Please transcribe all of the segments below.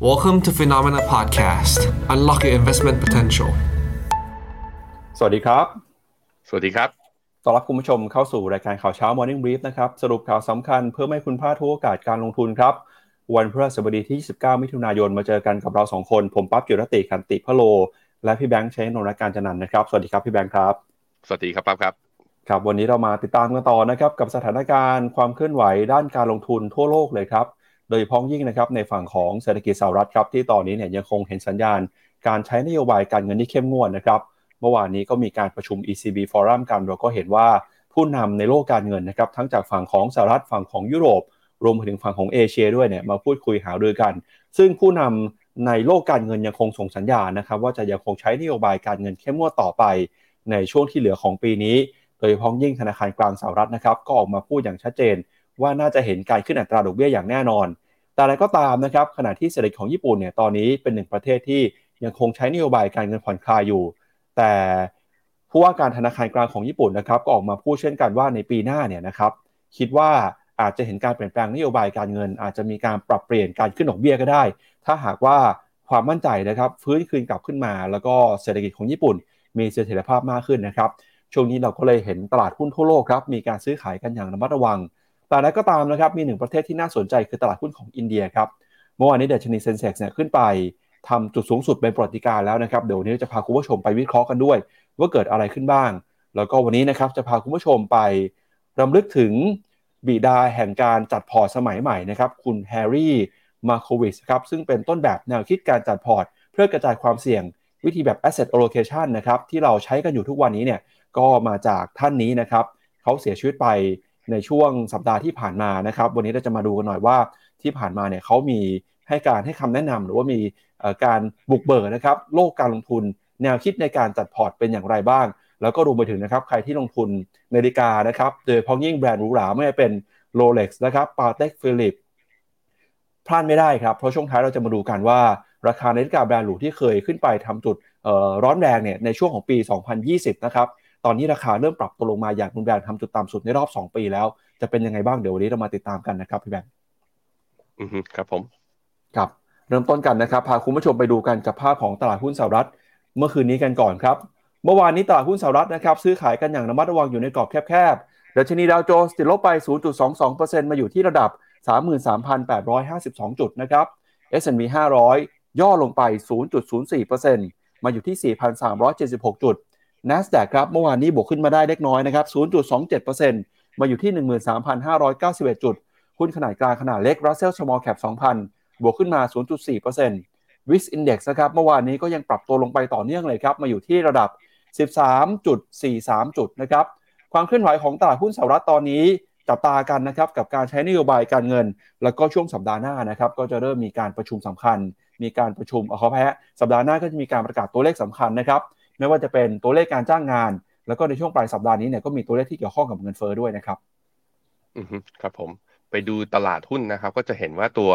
Welcome to Phenomena Podcast. Unlock your investment potential. สวัสดีครับสวัสดีครับต้อนรับคุณผู้ชมเข้าสู่รายการข่าวเช้า Morning Brief นะครับสรุปข่าวสำคัญเพื่อไม่ให้คุณพลาดทุกโอกาสการลงทุนครับวันพฤหัสบดีที่29มิถุนายนมาเจอกันกับเรา2คนผมปั๊บจิรติขันติพโลและพี่แบงค์ชัยนนท์การจนันท์นะครับสวัสดีครับพี่แบงค์ครับสวัสดีครับปั๊บครับครับวันนี้เรามาติดตามกันต่อนะครับกับสถานการณ์ความเคลื่อนไหวด้านการลงทุนทั่วโลกเลยครับโดยเฉพาะยิ่งนะครับในฝั่งของเศรษฐกิจสหรัฐครับที่ตอนนี้เนี่ยยังคงเห็นสัญญาณการใช้นโยบายการเงินที่เข้มงวดนะครับเมื่อวานนี้ก็มีการประชุม ECB Forum กันเราก็เห็นว่าผู้นำในโลกการเงินนะครับทั้งจากฝั่งของสหรัฐฝั่งของยุโรปรวมไปถึงฝั่งของเอเชียด้วยเนี่ยมาพูดคุยหารือกันซึ่งผู้นำในโลกการเงินยังคงส่งสัญญาณนะครับว่าจะยังคงใช้นโยบายการเงินเข้มงวดต่อไปในช่วงที่เหลือของปีนี้โดยเฉพาะยิ่งธนาคารกลางสหรัฐนะครับก็ออกมาพูดอย่างชัดเจนว่าน่าจะเห็นการขึ้นอัตราดอกเบี้ยอย่างแน่นอนแต่อะไรก็ตามนะครับขณะที่เศรษฐกิจของญี่ปุ่นเนี่ยตอนนี้เป็นหนึ่งประเทศที่ยังคงใช้นโยบายการเงินผ่อนคลายอยู่แต่ผู้ว่าการธนาคารกลางของญี่ปุ่นนะครับก็ออกมาพูดเช่นกันว่าในปีหน้าเนี่ยนะครับคิดว่าอาจจะเห็นการเปลี่ยนแปลงนโยบายการเงินอาจจะมีการปรับเปลี่ยนการขึ้นดอกเบี้ยก็ได้ถ้าหากว่าความมั่นใจนะครับฟื้นคืนกลับขึ้นมาแล้วก็เศรษฐกิจของญี่ปุ่นมีเสถียรภาพมากขึ้นนะครับช่วงนี้เราก็เลยเห็นตลาดหุ้นทั่วโลกครับมีการซื้อขายกันอย่างระมัดระวังแต่นั้นก็ตามนะครับมีหนึ่งประเทศที่น่าสนใจคือตลาดหุ้นของอินเดียครับเมื่อวานนี้ดัชนีเซ็นเซ็กซ์เนี่ยขึ้นไปทำจุดสูงสุดเป็นประวัติการณ์แล้วนะครับเดี๋ยววันนี้จะพาคุณผู้ชมไปวิเคราะห์กันด้วยว่าเกิดอะไรขึ้นบ้างแล้วก็วันนี้นะครับจะพาคุณผู้ชมไปรำลึกถึงบิดาแห่งการจัดพอร์ตสมัยใหม่นะครับคุณแฮร์รี่มาโควิชครับซึ่งเป็นต้นแบบแนวคิดการจัดพอร์ตเพื่อกระจายความเสี่ยงวิธีแบบ asset allocation นะครับที่เราใช้กันอยู่ทุกวันนี้เนี่ยก็มาจากท่านนี้นะครับเขาเสียชีวิตไปในช่วงสัปดาห์ที่ผ่านมานะครับวันนี้เราจะมาดูกันหน่อยว่าที่ผ่านมาเนี่ยเขามีให้คำแนะนำหรือว่ามีการบุกเบิกนะครับโลกการลงทุนแนวคิดในการจัดพอร์ตเป็นอย่างไรบ้างแล้วก็รวมไปถึงนะครับใครที่ลงทุนนาฬิกานะครับโดยเฉพาะยิ่งแบรนด์หรูหราไม่ว่าเป็น Rolex นะครับ Patek Philippe พลาดไม่ได้ครับเพราะช่วงท้ายเราจะมาดูกันว่าราคานาฬิกาแบรนด์หรูที่เคยขึ้นไปทำจุดร้อนแรงเนี่ยในช่วงของปี 2020 นะครับตอนนี้ราคาเริ่มปรับตัวลงมาอย่างรุนแรงทำจุดต่ำสุดในรอบ2 ปีแล้วจะเป็นยังไงบ้างเดี๋ยววันนี้เรามาติดตามกันนะครับพี่แบงค์ครับผมครับเริ่มต้นกันนะครับพาคุณผู้ชมไปดูกันกับภาพของตลาดหุ้นสหรัฐเมื่อคืนนี้กันก่อนครับเมื่อวานนี้ตลาดหุ้นสหรัฐนะครับซื้อขายกันอย่างระมัดระวังอยู่ในกรอบแคบๆดัชนีดาวโจนส์ติดลบไป 0.22% มาอยู่ที่ระดับ 33,852 จุดนะครับ S&P 500 ย่อลงไป 0.04% มาอยู่ที่ 4,376 จุด NASDAQ ครับเมื่อวานนี้บวกขึ้นมาได้เล็กน้อยนะครับ 0.27% มาอยู่ที่ 13,591 จุดหุ้นขนาดกลางขนาดเล็ก Russell Small Cap 2,000 บวกขึ้นมา 0.4% VIX Index นะครับเมื่อวานนี้ก็ยังปรับตัวลงไปต่อเนื่องเลยครับมาอยู่ที่ระดับ 13.43 จุดนะครับความเคลื่อนไหวของตลาดหุ้นสหรัฐตอนนี้จับตากันนะครับกับการใช้นโยบายการเงินแล้วก็ช่วงสัปดาห์หน้านะครับก็จะเริ่มมีการประชุมสำคัญมีการประชุมขอแพ้สัปดาห์หน้าก็จะมีการประกาศตัวเลขสำคัญนะครับไม่ว่าจะเป็นตัวเลขการจ้างงานแล้วก็ในช่วงปลายสัปดาห์นี้เนี่ยก็มีตัวเลขที่เกี่ยวข้องกับเงินเฟ้อด้วยนะครับครับผมไปดูตลาดหุ้นนะครับก็จะเห็นว่าตัว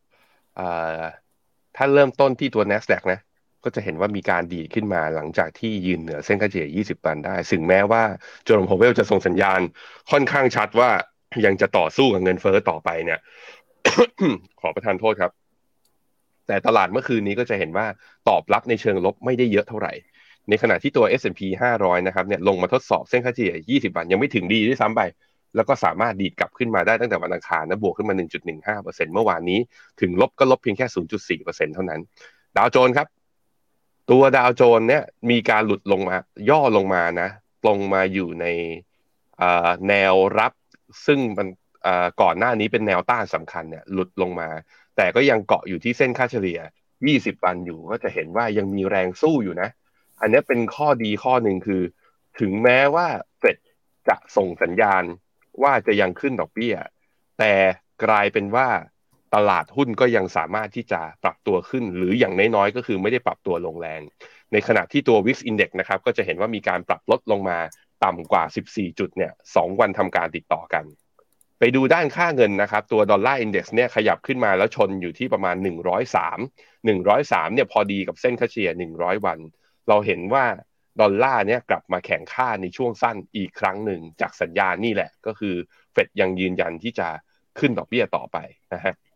ถ้าเริ่มต้นที่ตัว NASDAQ นะก็จะเห็นว่ามีการดีดขึ้นมาหลังจากที่ยืนเหนือเส้นค่าเฉลี่ย20 วันได้ซึ่งแม้ว่าโจอร์ม พาวเวลจะส่งสัญญาณค่อนข้างชัดว่ายังจะต่อสู้กับเงินเฟ้อต่อไปเนี่ย ขอประทานโทษครับแต่ตลาดเมื่อคืนนี้ก็จะเห็นว่าตอบรับในเชิงลบไม่ได้เยอะเท่าไหร่ในขณะที่ตัว S&P 500นะครับเนี่ยลงมาทดสอบเส้นค่าเฉลี่ย20 วันยังไม่ถึงดีด้วยซ้ำไปแล้วก็สามารถดีดกลับขึ้นมาได้ตั้งแต่วันอังคารนะบวกขึ้นมา 1.15% เมื่อวานนี้ถึงลบก็ลบเพียงแค่ 0.4% เท่านั้นดาวโจนส์ครับตัวดาวโจนส์เนี่ยมีการหลุดลงมาย่อลงมานะลงมาอยู่ในแนวรับซึ่งมันก่อนหน้านี้เป็นแนวต้านสำคัญเนี่ยหลุดลงมาแต่ก็ยังเกาะอยู่ที่เส้นค่าเฉลี่ย20 วันอยู่ก็จะเห็นว่ายังมีแรงสู้อยู่นะอันนี้เป็นข้อดีข้อหนึ่งคือถึงแม้ว่าเฟดจะส่งสัญญาณว่าจะยังขึ้นดอกเบี้ยแต่กลายเป็นว่าตลาดหุ้นก็ยังสามารถที่จะปรับตัวขึ้นหรืออย่างน้อยๆก็คือไม่ได้ปรับตัวลงแรงในขณะที่ตัว VIX Index นะครับก็จะเห็นว่ามีการปรับลดลงมาต่ำกว่า14 จุดเนี่ย2 วันทำการติดต่อกันไปดูด้านค่าเงินนะครับตัวดอลลาร์อินเด็กซ์เนี่ยขยับขึ้นมาแล้วชนอยู่ที่ประมาณ103เนี่ยพอดีกับเส้นค่าเฉลี่ย100 วันเราเห็นว่าดอลลาร์เนี่ยกลับมาแข็งค่าในช่วงสั้นอีกครั้งหนึ่งจากสัญญาณนี่แหละก็คือเฟดยังยืนยันที่จะขึ้นดอกเบี้ยต่อไปนะฮะ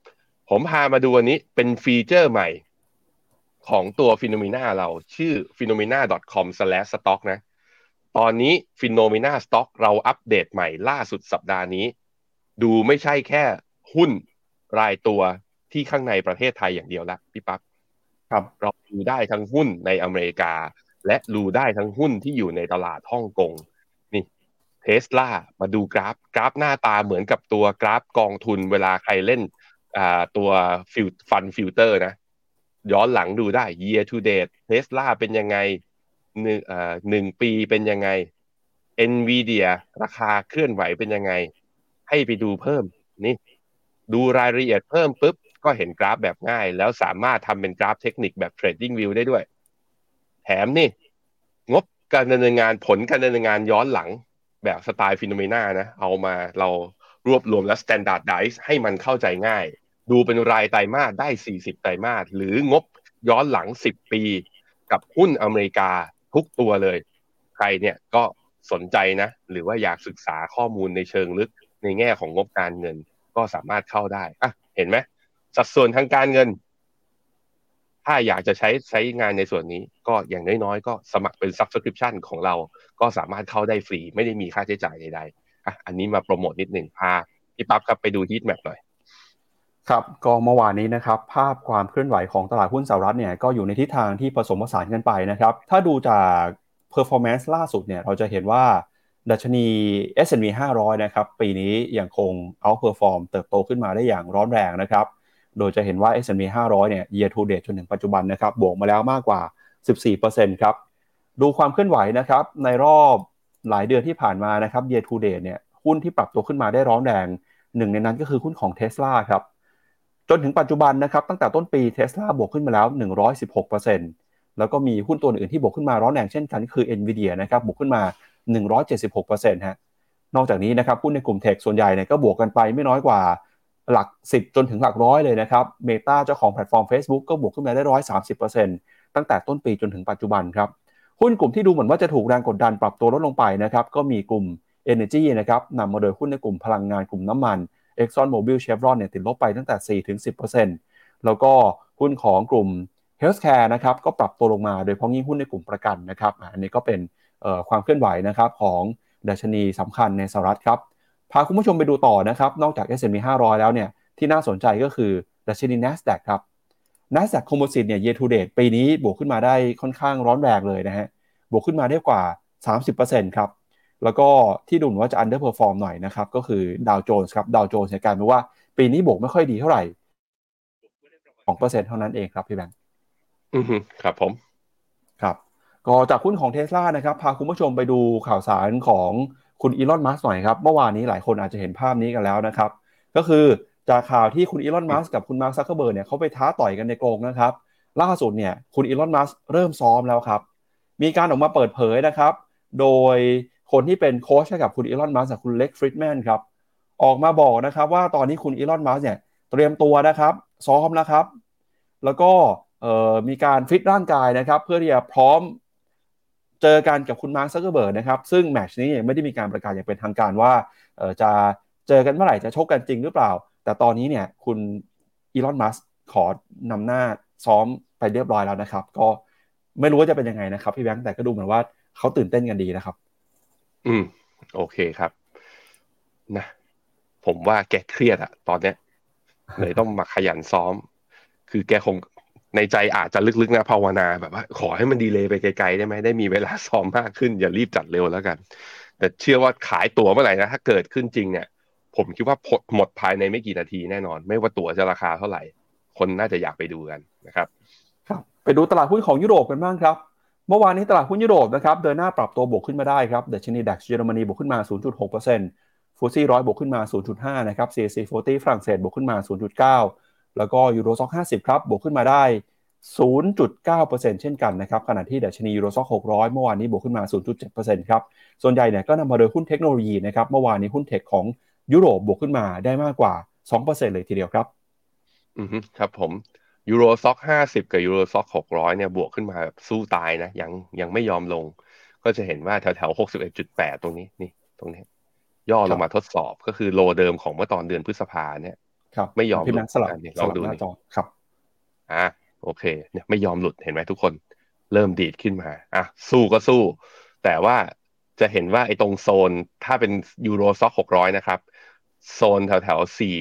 ผมพามาดูอันนี้เป็นฟีเจอร์ใหม่ของตัว Phenomena เราชื่อ phenomena.com/stock นะตอนนี้ Phenomena Stock เราอัปเดตใหม่ล่าสุดสัปดาห์นี้ดูไม่ใช่แค่หุ้นรายตัวที่ข้างในประเทศไทยอย่างเดียวละพี่ปั๊บครับเราดูได้ทั้งหุ้นในอเมริกาและดูได้ทั้งหุ้นที่อยู่ในตลาดฮ่องกงนี่เทสลามาดูกราฟหน้าตาเหมือนกับตัวกราฟกองทุนเวลาใครเล่นตัวฟันฟิลเตอร์นะย้อนหลังดูได้ year to date เทสลาเป็นยังไงหนึ่งปีเป็นยังไง Nvidia ราคาเคลื่อนไหวเป็นยังไงให้ไปดูเพิ่มนี่ดูรายละเอียดเพิ่มปุ๊บก็เห็นกราฟแบบง่ายแล้วสามารถทำเป็นกราฟเทคนิคแบบ Trading View ได้ด้วยแถมนี่งบการดำเนินงานผลการดำเนินงานย้อนหลังแบบสไตล์ฟิโนเมนานะเอามาเรารวบรวมและ standardize ให้มันเข้าใจง่ายดูเป็นรายไตรมาสได้40ไตรมาสหรืองบย้อนหลัง10ปีกับหุ้นอเมริกาทุกตัวเลยใครเนี่ยก็สนใจนะหรือว่าอยากศึกษาข้อมูลในเชิงลึกในแง่ของงบการเงินก็สามารถเข้าได้อ่ะเห็นไหมสัดส่วนทางการเงินถ้าอยากจะใช้งานในส่วนนี้ก็อย่างน้อยๆก็สมัครเป็น subscription ของเราก็สามารถเข้าได้ฟรีไม่ได้มีค่าใช้จ่ายใดๆอ่ะอันนี้มาโปรโมทนิดหนึ่งพาพี่ปั๊บครับไปดูฮีทแมปหน่อยครับก็เมื่อวานนี้นะครับภาพความเคลื่อนไหวของตลาดหุ้นสหรัฐเนี่ยก็อยู่ในทิศทางที่ผสมผสานกันไปนะครับถ้าดูจาก performance ล่าสุดเนี่ยเราจะเห็นว่าดัชนี S&P 500นะครับปีนี้ยังคง outperform เติบโตขึ้นมาได้อย่างร้อนแรงนะครับโดยจะเห็นว่า S&P 500เนี่ย year to date จนถึงปัจจุบันนะครับบวกมาแล้วมากกว่า 14% ครับดูความเคลื่อนไหวนะครับในรอบหลายเดือนที่ผ่านมานะครับ year to date เนี่ยหุ้นที่ปรับตัวขึ้นมาได้ร้อนแรงหนึ่งในนั้นก็คือหุ้นของ Tesla ครับ จนถึงปัจจุบันนะครับตั้งแต่ต้นปี Tesla บวกขึ้นมาแล้ว 116%แล้วก็มีหุ้นตัวอื่นที่บวกขึ้นมาร้อนแรงเช่นกันคือ Nvidia นะครับบวกขึ้นมา 176%ฮะนอกจากนี้นะครับหุ้นในกลุ่มเทคส่วนใหญ่เนี่ยก็บวกกันไปไม่น้อยกว่าหลัก10จนถึงหลักร้อยเลยนะครับ Meta เจ้าของแพลตฟอร์ม Facebook ก็บวกขึ้นมาได้ 130%ตั้งแต่ต้นปีจนถึงปัจจุบันครับหุ้นกลุ่มที่ดูเหมือนว่าจะถูกแรงกดดันปรับตัวลดลงไปนะครับก็มีกลุ่ม Energy นะครับนำมาโดยหุ้นในกลุ่มพลังงานกลุ่มน้ำมันExxon Mobil Chevron เนี่ยติดลบไปตั้งแต่ 4-10% แล้วก็หุ้นของกลุ่ม Healthcare นะครับก็ปรับตัวลงมาโดยเฉพาะยิ่งหุ้นในกลุ่มประกันนะครับอันนี้ก็เป็นความเคลื่อนไหวนะครับของดัชนีสำคัญในสหรัฐครับพาคุณผู้ชมไปดูต่อนะครับนอกจาก S&P 500แล้วเนี่ยที่น่าสนใจก็คือดัชนี NASDAQ ครับ NASDAQ Composite เนี่ย year to date ปีนี้บวกขึ้นมาได้ค่อนข้างร้อนแรงเลยนะฮะบวกขึ้นมาได้กว่า 30% ครับแล้วก็ที่ดูเหมือนว่าจะ underperform หน่อยนะครับก็คือดาวโจนส์ครับดาวโจนส์เนี่ยกลายเป็นว่าปีนี้บวกไม่ค่อยดีเท่าไหร่ 2% เท่านั้นเองครับพี่แบงค์ครับผมครับก็จากหุ้นของ Tesla นะครับพาคุณผู้ชมไปดูข่าวสารของคุณอีลอนมัสก์หน่อยครับเมื่อวานนี้หลายคนอาจจะเห็นภาพนี้กันแล้วนะครับก็คือจากข่าวที่คุณอีลอนมัสก์กับคุณมาร์คซักเคอร์เบิร์กเนี่ยเขาไปท้าต่อยกันในกรงนะครับล่าสุดเนี่ยคุณอีลอนมัสก์เริ่มซ้อมแล้วครับมีการออกมาเปิดเผยนะครับโดยคนที่เป็นโค้ชให้กับคุณอีลอนมัสก์คุณเล็กฟริดแมนครับออกมาบอกนะครับว่าตอนนี้คุณอีลอนมัสก์เนี่ยเตรียมตัวนะครับซ้อมแล้วครับแล้วก็มีการฟิตร่างกายนะครับเพื่อที่จะพร้อมเจอกันกับคุณมาร์คซักเคอร์เบิร์กนะครับซึ่งแมตช์นี้ยังไม่ได้มีการประกาศอย่างเป็นทางการว่าจะเจอกันเมื่อไหร่จะชกกันจริงหรือเปล่าแต่ตอนนี้เนี่ยคุณอีลอนมัสก์ขอนำหน้าซ้อมไปเรียบร้อยแล้วนะครับก็ไม่รู้ว่าจะเป็นยังไงนะครับพี่แบงค์แต่ก็ดูเหมือนว่าเขาตื่นเต้นกันดีนะครับโอเคครับนะผมว่าแกเครียดอะตอนเนี้ยเลยต้องมาขยันซ้อมคือแกคงในใจอาจจะลึกๆนะภาวนาแบบว่าขอให้มันดีเลย์ไปไกลๆได้ไหมได้มีเวลาซ้อมมากขึ้นอย่ารีบจัดเร็วแล้วกันแต่เชื่อว่าขายตั๋วเมื่อไหร่นะถ้าเกิดขึ้นจริงเนี่ยผมคิดว่าหมดภายในไม่กี่นาทีแน่นอนไม่ว่าตั๋วจะราคาเท่าไหร่คนน่าจะอยากไปดูกันนะครับครับไปดูตลาดหุ้นของยุโรปกันบ้างครับเมื่อวานนี้ตลาดหุ้นยุโรปนะครับเดินหน้าปรับตัวบวกขึ้นมาได้ครับดัชนีดัคเยอรมนีบวกขึ้นมา 0.6%ฟุตซี่100บวกขึ้นมา 0.5 นะครับ CAC 40ฝรั่งเศสบวกขึ้นมา 0.9 แล้วก็ยูโรซ็อก50ครับบวกขึ้นมาได้ 0.9% เช่นกันนะครับขณะที่ดัชนียูโรซ็อก600เมื่อวานนี้บวกขึ้นมา 0.7% ครับส่วนใหญ่เนี่ยก็นำมาโดยหุ้นเทคโนโลยีนะครับเมื่อวานนี้หุ้นเทคของยุโรปบวกขึ้นมาได้มากกว่า 2% เลยทีเดียวครับครับผมยูโรซ็อก50กับยูโรซ็อก600เนี่ยบวกขึ้นมาแบบสู้ตายนะยังไม่ยอมลงก็จะเห็นว่าแถว61.8ตรงนี้นี่ตรงนี้ย่อลงมาทดสอบก็คือโลเดิมของเมื่อตอนเดือนพฤษภาเนี่ยครับไม่ยอมหลุดพี่แบงค์สลับอันนี้ลองดูนี่หน้าจอครับโอเคเนี่ยไม่ยอมหลุดเห็นไหมทุกคนเริ่มดีดขึ้นมาสู้ก็สู้แต่ว่าจะเห็นว่าไอ้ตรงโซนถ้าเป็นยูโรซ็อก600นะครับโซนแถวแถว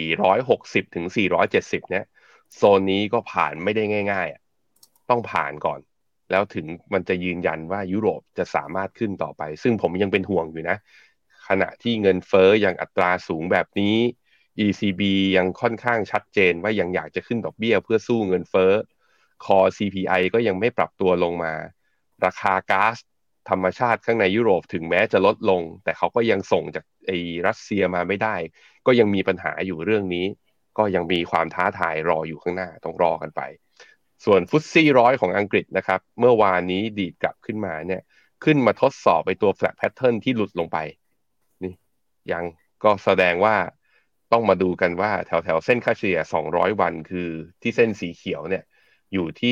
460ถึง470เนี่ยโซนนี้ก็ผ่านไม่ได้ง่ายๆต้องผ่านก่อนแล้วถึงมันจะยืนยันว่ายุโรปจะสามารถขึ้นต่อไปซึ่งผมยังเป็นห่วงอยู่นะขณะที่เงินเฟ้อยังอัตราสูงแบบนี้ ECB ยังค่อนข้างชัดเจนว่ายังอยากจะขึ้นดอกเบี้ยเพื่อสู้เงินเฟ้อ Core CPI ก็ยังไม่ปรับตัวลงมาราคาก๊าซธรรมชาติข้างในยุโรปถึงแม้จะลดลงแต่เขาก็ยังส่งจากรัสเซียมาไม่ได้ก็ยังมีปัญหาอยู่เรื่องนี้ก็ยังมีความท้าทายรออยู่ข้างหน้าต้องรอกันไปส่วนฟุตซี่ร้อยของอังกฤษนะครับเมื่อวานนี้ดีดกลับขึ้นมาเนี่ยขึ้นมาทดสอบไปตัว flat pattern ที่หลุดลงไปนี่ยังก็แสดงว่าต้องมาดูกันว่าแถวแถวเส้นค่าเฉลี่ย200วันคือที่เส้นสีเขียวเนี่ยอยู่ที่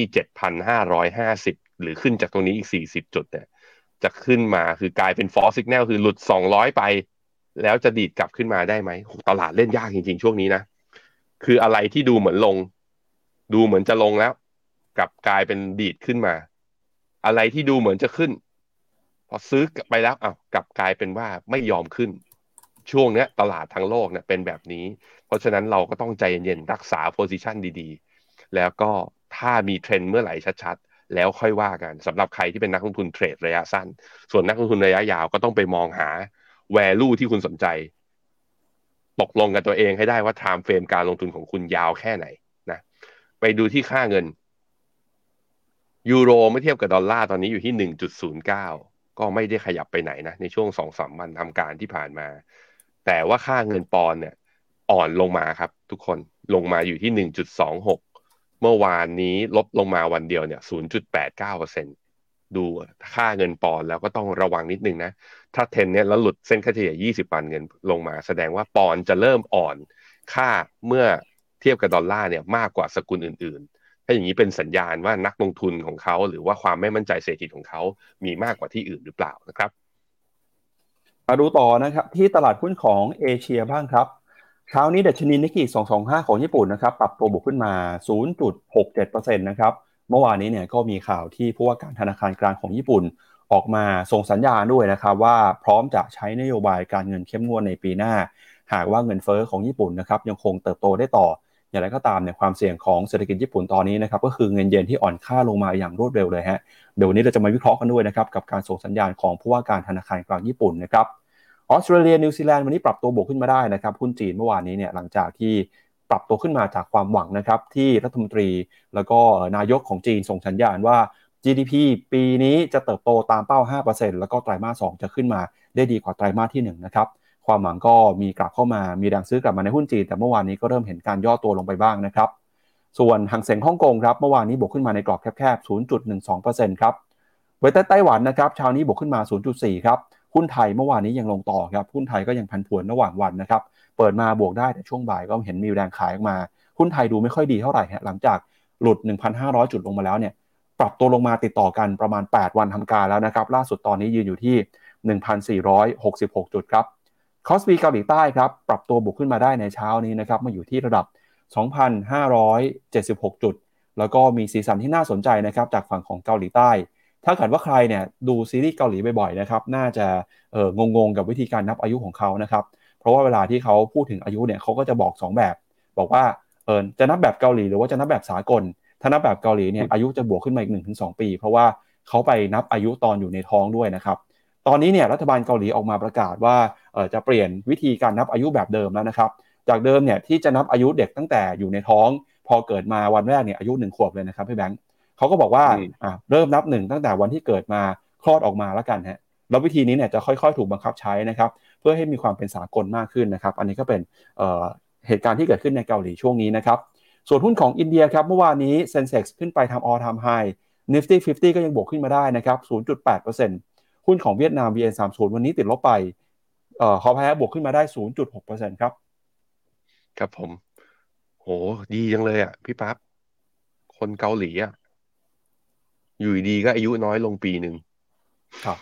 7,550หรือขึ้นจากตรงนี้อีก40จุดเนี่ยจะขึ้นมาคือกลายเป็น false signal คือหลุด200ไปแล้วจะดีดกลับขึ้นมาได้ไหมตลาดเล่นยากจริงๆช่วงนี้นะคืออะไรที่ดูเหมือนลงดูเหมือนจะลงแล้วกลับกลายเป็นดีดขึ้นมาอะไรที่ดูเหมือนจะขึ้นพอซื้อไปแล้วกลับกลายเป็นว่าไม่ยอมขึ้นช่วงเนี้ยตลาดทั้งโลกเนี่ยเป็นแบบนี้เพราะฉะนั้นเราก็ต้องใจเย็นๆรักษาโพซิชันดีๆแล้วก็ถ้ามีเทรนด์เมื่อไหร่ชัดๆแล้วค่อยว่ากันสำหรับใครที่เป็นนักลงทุนเทรดระยะสั้นส่วนนักลงทุนระยะยาวก็ต้องไปมองหา value ที่คุณสนใจตกลงกับตัวเองให้ได้ว่า time frame การลงทุนของคุณยาวแค่ไหนนะไปดูที่ค่าเงินยูโรเมื่อเทียบกับดอลลาร์ตอนนี้อยู่ที่1.09ก็ไม่ได้ขยับไปไหนนะในช่วง2-3วันทำการที่ผ่านมาแต่ว่าค่าเงินปอนด์เนี่ยอ่อนลงมาครับทุกคนลงมาอยู่ที่1.26เมื่อวานนี้ลบลงมาวันเดียวเนี่ย0.89%ดูค่าเงินปอนด์แล้วก็ต้องระวังนิดนึงนะถ้าเทรนเนี่ยแล้วหลุดเส้นค่าเฉลี่ย20วันเงินลงมาแสดงว่าปอนด์จะเริ่มอ่อนค่าเมื่อเทียบกับดอลลาร์เนี่ยมากกว่าสกุลอื่นๆถ้าอย่างนี้เป็นสัญญาณว่านักลงทุนของเขาหรือว่าความไม่มั่นใจเศรษฐกิจของเขามีมากกว่าที่อื่นหรือเปล่านะครับมาดูต่อนะครับที่ตลาดหุ้นของเอเชียบ้างครับเช้านี้ดัชนีนิกเกิ225ของญี่ปุ่นนะครับปรับตัวบวกขึ้นมา 0.67%นะครับเมื่อวานนี้เนี่ยก็มีข่าวที่ผู้ว่าการธนาคารกลางของญี่ปุ่นออกมาส่งสัญญาณด้วยนะครับว่าพร้อมจะใช้นโยบายการเงินเข้มงวดในปีหน้าหากว่าเงินเฟ้อของญี่ปุ่นนะครับยังคงเติบโตได้ต่ออย่างไรก็ตามเนี่ยความเสี่ยงของเศรษฐกิจญี่ปุ่นตอนนี้นะครับก็คือเงินเยนที่อ่อนค่าลงมาอย่างรวดเร็วเลยฮะเดี๋ยววันนี้เราจะมาวิเคราะห์กันด้วยนะครับกับการส่งสัญญาณของผู้ว่าการธนาคารกลางญี่ปุ่นนะครับออสเตรเลียนิวซีแลนด์วันนี้ปรับตัวบวกขึ้นมาได้นะครับหุ้นจีนเมื่อวานนี้เนี่ยหลังจากที่ปรับตัวขึ้นมาจากความหวังนะครับที่รัฐมนตรีแล้วก็นายกของจีนส่งสัญญาณว่า GDP ปีนี้จะเติบโตตามเป้า 5% แล้วก็ไตรมาส 2จะขึ้นมาได้ดีกว่าไตรมาสที่1นะครับความหวังก็มีกลับเข้ามามีแรงซื้อกลับมาในหุ้นจีนแต่เมื่อวานนี้ก็เริ่มเห็นการย่อตัวลงไปบ้างนะครับส่วนหางเส็งฮ่องกงครับเมื่อวานนี้บวกขึ้นมาในกรอบแคบๆ 0.12% ครับเวยเต้ไต้หวันนะครับเช้านี้บวกขึ้นมา 0.4 ครับหุ้นไทยเมื่อวานนี้ยังลงต่อครับหุ้นไทยก็ยังผันผวนระหว่างวันนะครับเปิดมาบวกได้แต่ช่วงบ่ายก็เห็นมีแรงขายออกมาหุ้นไทยดูไม่ค่อยดีเท่าไหร่ฮะหลังจากหลุด 1,500 จุดลงมาแล้วเนี่ยปรับตัวลงมาติดต่อกันประมาณ8วันทำการแล้วนะครับล่าสุดตอนนี้ยืนอยู่ที่ 1,466 จุดครับคอสปีเกาหลีใต้ครับปรับตัวบวกขึ้นมาได้ในเช้านี้นะครับมาอยู่ที่ระดับ 2,576 จุดแล้วก็มีสีสันที่น่าสนใจนะครับจากฝั่งของเกาหลีใต้ถ้าเกิดว่าใครเนี่ยดูซีรีส์เกาหลีบ่อยๆนะครับน่าจะงงๆกับวิธีการนับอายุของเขานะครับเพราะว่าเวลาที่เขาพูดถึงอายุเนี่ยเขาก็จะบอก2แบบบอกว่าจะนับแบบเกาหลีหรือว่าจะนับแบบสากลถ้านับแบบเกาหลีเนี่ยอายุจะบวกขึ้นมาอีก 1-2 ปีเพราะว่าเขาไปนับอายุตอนอยู่ในท้องด้วยนะครับตอนนี้เนี่ยรัฐบาลเกาหลีออกมาประกาศว่าจะเปลี่ยนวิธีการนับอายุแบบเดิมแล้วนะครับจากเดิมเนี่ยที่จะนับอายุเด็กตั้งแต่อยู่ในท้องพอเกิดมาวันแรกเนี่ยอายุ1 ขวบเลยนะครับพี่แบงค์เขาก็บอกว่าเริ่มนับ1ตั้งแต่วันที่เกิดมาคลอดออกมาแล้วกันฮะแล้ววิธีนี้เนี่ยจะค่อยๆถูกบังคับใช้นะครับเพื่อให้มีความเป็นสากลมากขึ้นนะครับอันนี้ก็เป็นเหตุการณ์ที่เกิดขึ้นในเกาหลีช่วงนี้นะครับส่วนหุ้นของอินเดียครับเมื่อวานนี้ Sensex ขึ้นไปทำ all time high Nifty 50 ก็ยังบวกขึ้นมาได้นะครับ 0.8% หุ้นของเวียดนาม VN30 วันนี้ติดลบไปขอแพ้บวกขึ้นมาได้ 0.6% ครับครับผมโหดีจังเลยพี่ปั๊บคนเกาหลีอยู่ดีก็อายุน้อยลงปีหนึ่งครับ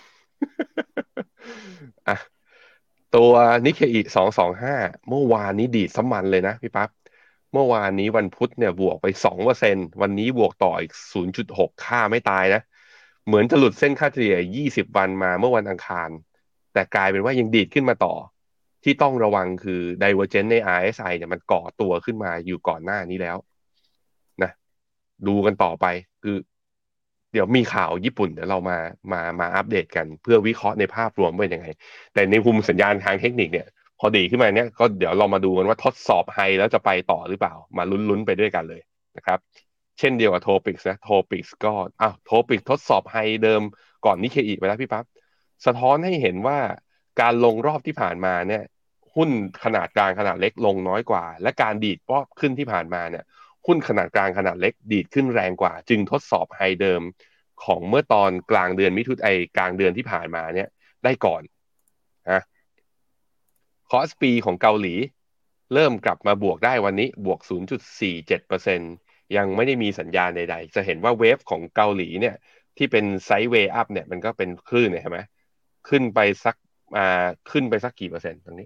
อ่ะตัวนิเคอิ225เมื่อวานนี้ดีดสมันเลยนะพี่ปั๊บเมื่อวานนี้วันพุธเนี่ยบวกไป 2%วันนี้บวกต่ออีก 0.6 ค่าไม่ตายนะเหมือนจะหลุดเส้นค่าเฉลี่ย20วันมาเมื่อวันอังคารแต่กลายเป็นว่ายังดีดขึ้นมาต่อที่ต้องระวังคือ Divergence ใน RSI เนี่ยมันก่อตัวขึ้นมาอยู่ก่อนหน้านี้แล้วนะดูกันต่อไปคือเดี๋ยวมีข่าวญี่ปุ่นเดี๋ยวเรามาอัปเดตกันเพื่อวิเคราะห์ในภาพรวมเป็นยังไงแต่ในมุมสัญญาณทางเทคนิคเนี่ยพอดีขึ้นมาเนี่ยก็เดี๋ยวเรามาดูกันว่าทดสอบไฮแล้วจะไปต่อหรือเปล่ามาลุ้นๆไปด้วยกันเลยนะครับเช่นเดียวกับโทปิกส์นะโทปิกส์ก็โทปิกทดสอบไฮเดิมก่อนนิเคอีไปแล้วพี่ปั๊บสะท้อนให้เห็นว่าการลงรอบที่ผ่านมาเนี่ยหุ้นขนาดกลางขนาดเล็กลงน้อยกว่าและการดีดรอบขึ้นที่ผ่านมาเนี่ยหุ้นขนาดกลางขนาดเล็กดีดขึ้นแรงกว่าจึงทดสอบไฮเดิมของเมื่อตอนกลางเดือนมิถุนายนกลางเดือนที่ผ่านมาเนี่ยได้ก่อนนะคอสปีของเกาหลีเริ่มกลับมาบวกได้วันนี้บวก 0.47%ยังไม่ได้มีสัญญาณใดๆจะเห็นว่าเวฟของเกาหลีเนี่ยที่เป็นไซด์เวย์อัพเนี่ยมันก็เป็นคลื่นเนี่ยเห็นไหมขึ้นไปสักขึ้นไปสักกี่เปอร์เซ็นต์ตรงนี้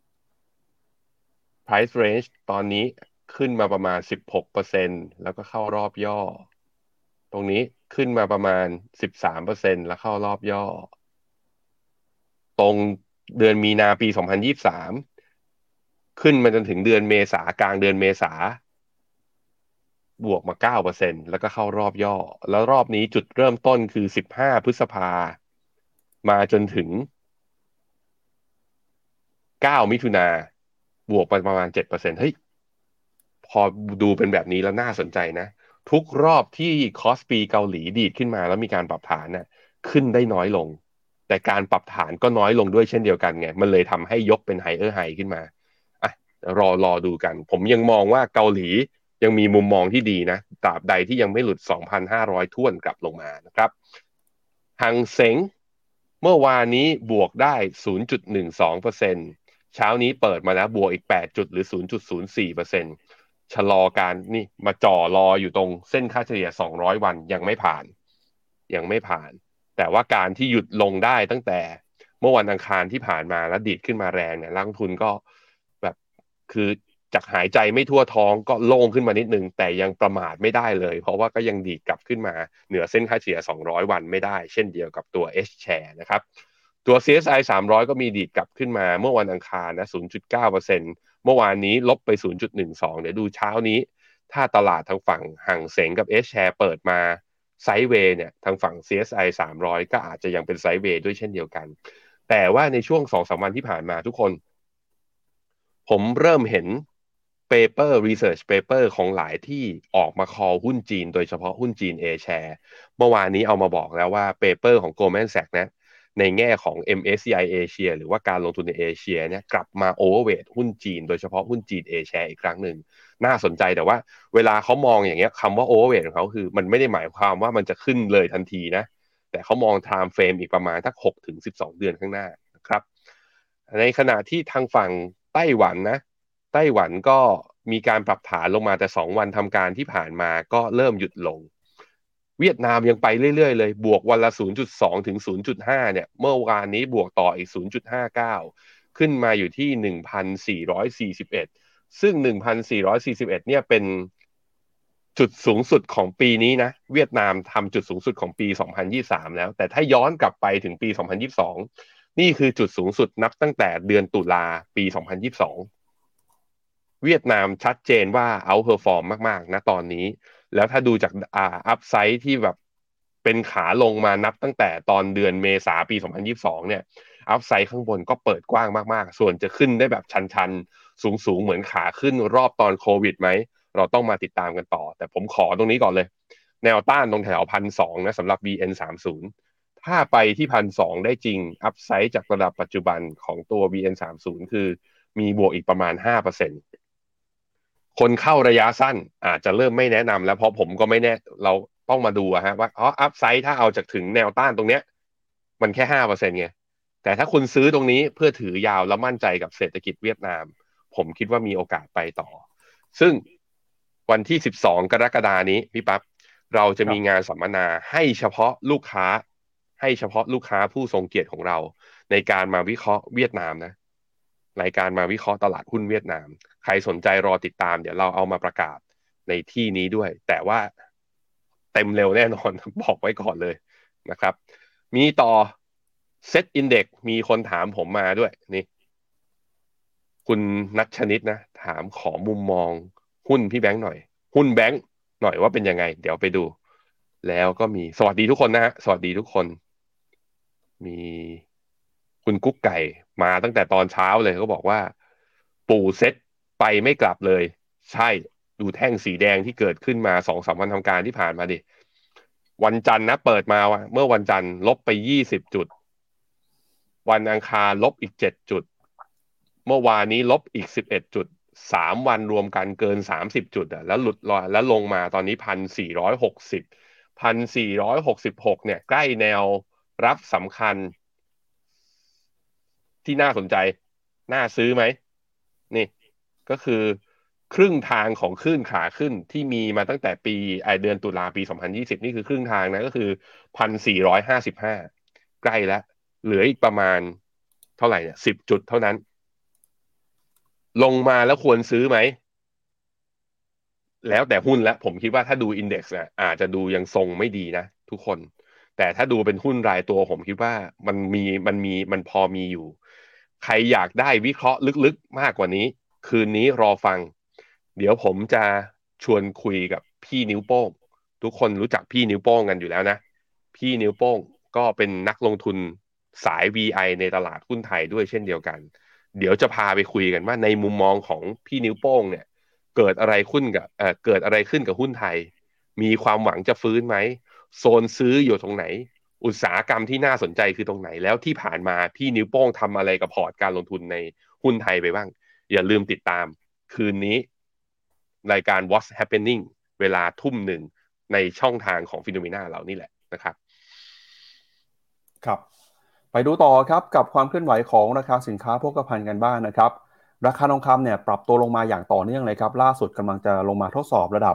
price range ตอนนี้ขึ้นมาประมาณ16%แล้วก็เข้ารอบย่อตรงนี้ขึ้นมาประมาณ13%แล้วเข้ารอบย่อตรงเดือนมีนาปี2023ขึ้นมาจนถึงเดือนเมษากลางเดือนเมษาบวกมา9%แล้วก็เข้ารอบย่อแล้วรอบนี้จุดเริ่มต้นคือ15พฤษภามาจนถึง9มิถุนาบวกไปประมาณ7%เฮ้ย พอดูเป็นแบบนี้แล้วน่าสนใจนะทุกรอบที่คอสปีเกาหลีดีดขึ้นมาแล้วมีการปรับฐานน่ะขึ้นได้น้อยลงแต่การปรับฐานก็น้อยลงด้วยเช่นเดียวกันไงมันเลยทำให้ยกเป็นไฮไฮขึ้นมาอ่ะรอดูกันผมยังมองว่าเกาหลียังมีมุมมองที่ดีนะตราบใดที่ยังไม่หลุด 2,500 ถ้วนกลับลงมานะครับหังเส็งเมื่อวานนี้บวกได้ 0.12%เช้านี้เปิดมาแล้วบวกอีก8จุดหรือ 0.04%ชะลอการนี่มาจ่อรออยู่ตรงเส้นค่าเฉลี่ย200วันยังไม่ผ่านแต่ว่าการที่หยุดลงได้ตั้งแต่เมื่อวันอังคารที่ผ่านมาแล้วดีดขึ้นมาแรงเนี่ยนักลงทุนก็แบบคือจากหายใจไม่ทั่วท้องก็โล่งขึ้นมานิดนึงแต่ยังประมาทไม่ได้เลยเพราะว่าก็ยังดีดกลับขึ้นมาเหนือเส้นค่าเฉลี่ย200วันไม่ได้เช่นเดียวกับตัว H-share นะครับตัว CSI 300ก็มีดีดกลับขึ้นมาเมื่อวันอังคารนะ 0.9%เมื่อวานนี้ลบไป 0.12 เดี๋ยวดูเช้านี้ถ้าตลาดทางฝั่งห่างเส็งกับ H-share เปิดมาไซด์เวย์เนี่ยทางฝั่ง CSI 300ก็อาจจะยังเป็นไซด์เวย์ด้วยเช่นเดียวกันแต่ว่าในช่วง 2-3 วันที่ผ่านมาทุกคนผมเริ่มเห็นresearch paper ของหลายที่ออกมา call หุ้นจีนโดยเฉพาะหุ้นจีน A-share เมื่อวานนี้เอามาบอกแล้วว่าเปเปอร์ของ Goldman Sachs นะในแง่ของ MSCI Asia หรือว่าการลงทุนในเอเชียเนี่ยกลับมา overweight หุ้นจีนโดยเฉพาะหุ้นจีน A-share อีกครั้งหนึ่งน่าสนใจแต่ว่าเวลาเขามองอย่างเงี้ยคำว่า overweight ของเขาคือมันไม่ได้หมายความว่ามันจะขึ้นเลยทันทีนะแต่เขามอง time frame อีกประมาณทัก6-12 เดือนข้างหน้านะครับในขณะที่ทางฝั่งไต้หวันนะ ไต้หวันก็มีการปรับฐานลงมาแต่2วันทำการที่ผ่านมาก็เริ่มหยุดลงเวียดนามยังไปเรื่อยๆเลยบวกวันละ 0.2 ถึง 0.5เนี่ยเมื่อวานนี้บวกต่ออีก 0.59 ขึ้นมาอยู่ที่ 1,441 ซึ่ง 1,441 เนี่ยเป็นจุดสูงสุดของปีนี้นะเวียดนามทำจุดสูงสุดของปี 2023 แล้วแต่ถ้าย้อนกลับไปถึงปี 2022 นี่คือจุดสูงสุดนับตั้งแต่เดือนตุลาปี 2022เวียดนามชัดเจนว่าเอาท์เพอร์ฟอร์มมากๆนะตอนนี้แล้วถ้าดูจากอัพไซด์ที่แบบเป็นขาลงมานับตั้งแต่ตอนเดือนเมษาปี2022เนี่ยอัพไซด์ข้างบนก็เปิดกว้างมากๆส่วนจะขึ้นได้แบบชันๆสูงๆเหมือนขาขึ้นรอบตอนโควิดไหมเราต้องมาติดตามกันต่อแต่ผมขอตรงนี้ก่อนเลยแนวต้านตรงแถว1,200นะสำหรับ VN30ถ้าไปที่1,200ได้จริงอัพไซด์จากระดับปัจจุบันของตัว VN30คือมีบวกอีกประมาณ 5%คนเข้าระยะสั้นอาจจะเริ่มไม่แนะนำแล้วเพราะผมก็ไม่แน่เราต้องมาดูฮะว่าอัพไซด์ถ้าเอาจากถึงแนวต้านตรงเนี้ยมันแค่5%ไงแต่ถ้าคุณซื้อตรงนี้เพื่อถือยาวแล้วมั่นใจกับเศรษฐกิจเวียดนามผมคิดว่ามีโอกาสไปต่อซึ่งวันที่12กรกฎานี้พี่ปั๊บเราจะมีงานสัมมนาให้เฉพาะลูกค้าผู้ทรงเกียรติของเราในการมาวิเคราะห์เวียดนามนะรายการมาวิเคราะห์ตลาดหุ้นเวียดนามใครสนใจรอติดตามเดี๋ยวเราเอามาประกาศในที่นี้ด้วยแต่ว่าเต็มเร็วแน่นอน บอกไว้ก่อนเลยนะครับมีต่อเซตอินเด็กมีคนถามผมมาด้วยนี่คุณนัทชนิดนะถามขอมุมมองหุ้นพี่แบงค์หน่อยหุ้นแบงค์หน่อยว่าเป็นยังไงเดี๋ยวไปดูแล้วก็มีสวัสดีทุกคนนะฮะสวัสดีทุกคนมีคุณกุ๊กไก่มาตั้งแต่ตอนเช้าเลยก็บอกว่าปู่เซ็ตไปไม่กลับเลยใช่ดูแท่งสีแดงที่เกิดขึ้นมา2-3วันทำการที่ผ่านมาดิวันจันทร์นะเปิดมาวะเมื่อวันจันทร์ลบไป20 จุดวันอังคารลบอีก7 จุดเมื่อวานนี้ลบอีก11 จุด3 วันรวมกันเกิน30 จุดอ่ะแล้วหลุดลอยแล้วลงมาตอนนี้1,460 1,466เนี่ยใกล้แนวรับสำคัญที่น่าสนใจน่าซื้อไหมนี่ก็คือครึ่งทางของคลื่นขาขึ้นที่มีมาตั้งแต่เดือนตุลาปี2020นี่คือครึ่งทางนะก็คือ1,455ใกล้แล้วเหลืออีกประมาณเท่าไหร่เนี่ย10 จุดเท่านั้นลงมาแล้วควรซื้อไหมแล้วแต่หุ้นแล้วผมคิดว่าถ้าดูอินเด็กซ์เนี่ยอาจจะดูยังทรงไม่ดีนะทุกคนแต่ถ้าดูเป็นหุ้นรายตัวผมคิดว่ามันพอมีอยู่ใครอยากได้วิเคราะห์ลึกๆมากกว่านี้คืนนี้รอฟังเดี๋ยวผมจะชวนคุยกับพี่นิ้วโป้งทุกคนรู้จักพี่นิ้วโป้งกันอยู่แล้วนะพี่นิ้วโป้งก็เป็นนักลงทุนสาย VI ในตลาดหุ้นไทยด้วยเช่นเดียวกันเดี๋ยวจะพาไปคุยกันว่าในมุมมองของพี่นิ้วโป้งเนี่ย เกิดอะไรขึ้นกับหุ้นไทยมีความหวังจะฟื้นไหมโซนซื้ออยู่ตรงไหนอุตสาหกรรมที่น่าสนใจคือตรงไหนแล้วที่ผ่านมาพี่นิ้วโป้งทำอะไรกับพอร์ตการลงทุนในหุ้นไทยไปบ้างอย่าลืมติดตามคืนนี้รายการ What's Happening เวลา1 ทุ่มในช่องทางของฟิโนเมนาเรานี่แหละนะครับครับไปดูต่อครับกับความเคลื่อนไหวของราคาสินค้าโภคภัณฑ์กันบ้างนะครับราคาทองคำเนี่ยปรับตัวลงมาอย่างต่อเนื่องเลยครับล่าสุดกำลังจะลงมาทดสอบระดับ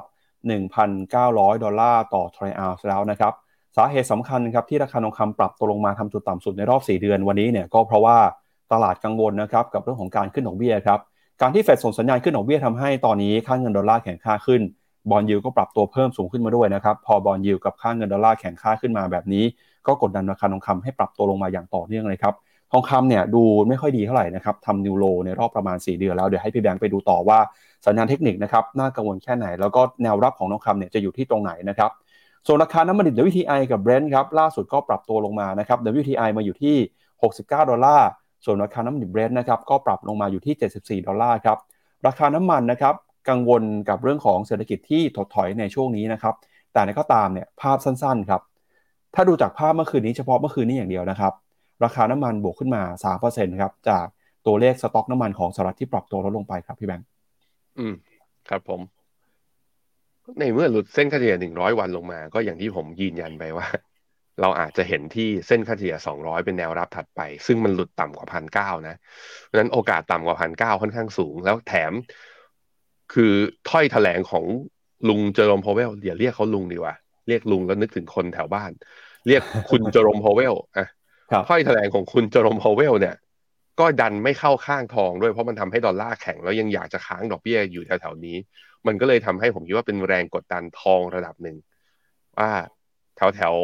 1,900 ดอลลาร์ต่อทรัลล์แล้วนะครับสาเหตุสำคัญครับที่ราคาทองคำปรับตัวลงมาทำจุดต่ำสุดในรอบ4เดือนวันนี้เนี่ยก็เพราะว่าตลาดกังวลนะครับกับเรื่องของการขึ้นดอกเบี้ยครับการที่เฟดส่งสัญญาณขึ้นดอกเบี้ยทำให้ตอนนี้ค่าเงินดอลลาร์แข็งค่าขึ้นบอนด์ยิลด์ก็ปรับตัวเพิ่มสูงขึ้นมาด้วยนะครับพอบอนด์ยิลด์กับค่าเงินดอลลาร์แข็งค่าขึ้นมาแบบนี้ก็กดดันราคาทองคำให้ปรับตัวลงมาอย่างต่อเนื่องเลยครับทองคำเนี่ยดูไม่ค่อยดีเท่าไหร่นะครับทำนิวโลในรอบประมาณ4เดือนแล้วเดี๋ยวให้พี่แบงค์ไปดูต่อว่าสัญญาณเทคนิคนะครับน่ากังวลแค่ไหนแล้วก็แนวรับของทองคำเนี่ยจะอยู่ที่ตรงไหนนะครับส่วนราคาน้ำมันดิบ WTI กับ Brent ครับล่าสุดก็ปรับตัวลงมานะครับ WTI มาอยู่ที่69ดอลลาร์ส่วนราคาน้ำมันดิบ Brent นะครับก็ปรับลงมาอยู่ที่74ดอลลาร์ครับราคาน้ำมันนะครับกังวลกับเรื่องของเศรษฐกิจที่ถดถอยในช่วงนี้นะครับแต่ก็ตามเนี่ยภาพสั้นๆครับถ้าดูจากภาพเมื่อคืนนี้เฉพาะเมื่อคืนนี้อย่างเดียวนะครับราคาน้ำมันบวกขึ้นมา 3% ครับจากตัวเลขสต็อกน้ำมันของสหรัฐที่ปรับตัวลดลงไปครับพี่แบงค์ครับผมในเมื่อหลุดเส้นค่าเฉลี่ย100 วันลงมาก็อย่างที่ผมยืนยันไปว่า เราอาจจะเห็นที่เส้นค่าเฉลี่ย200เป็นแนวรับถัดไปซึ่งมันหลุดต่ำกว่า1,900นะเพราะฉะนั้นโอกาสต่ำกว่า1,900ค่อนข้างสูงแล้วแถมคือถ้อยแถลงของลุงเจอโรมพาวเวลอย่าเรียกเขาลุงดีกว่าเรียกลุงแล้วนึกถึงคนแถวบ้านเรียกคุณเจอโรมพาวเวลอะถ้อยแถลงของคุณเจอโรมพาวเวลเนี่ยก็ดันไม่เข้าข้างทองด้วยเพราะมันทำให้ดอลลาร์แข็งแล้วยังอยากจะค้างดอกเบี้ยอยู่แถวๆนี้มันก็เลยทำให้ผมคิดว่าเป็นแรงกดดันทองระดับหนึ่งว่าแถว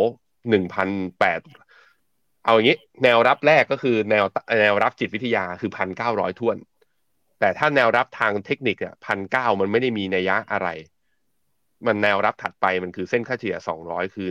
1,800เอาอย่างนี้แนวรับแรกก็คือแนวรับจิตวิทยาคือ1,900ถ้วนแต่ถ้าแนวรับทางเทคนิคเนี่ย1,900มันไม่ได้มีนัยยะอะไรมันแนวรับถัดไปมันคือเส้นค่าเฉลี่ย200คือ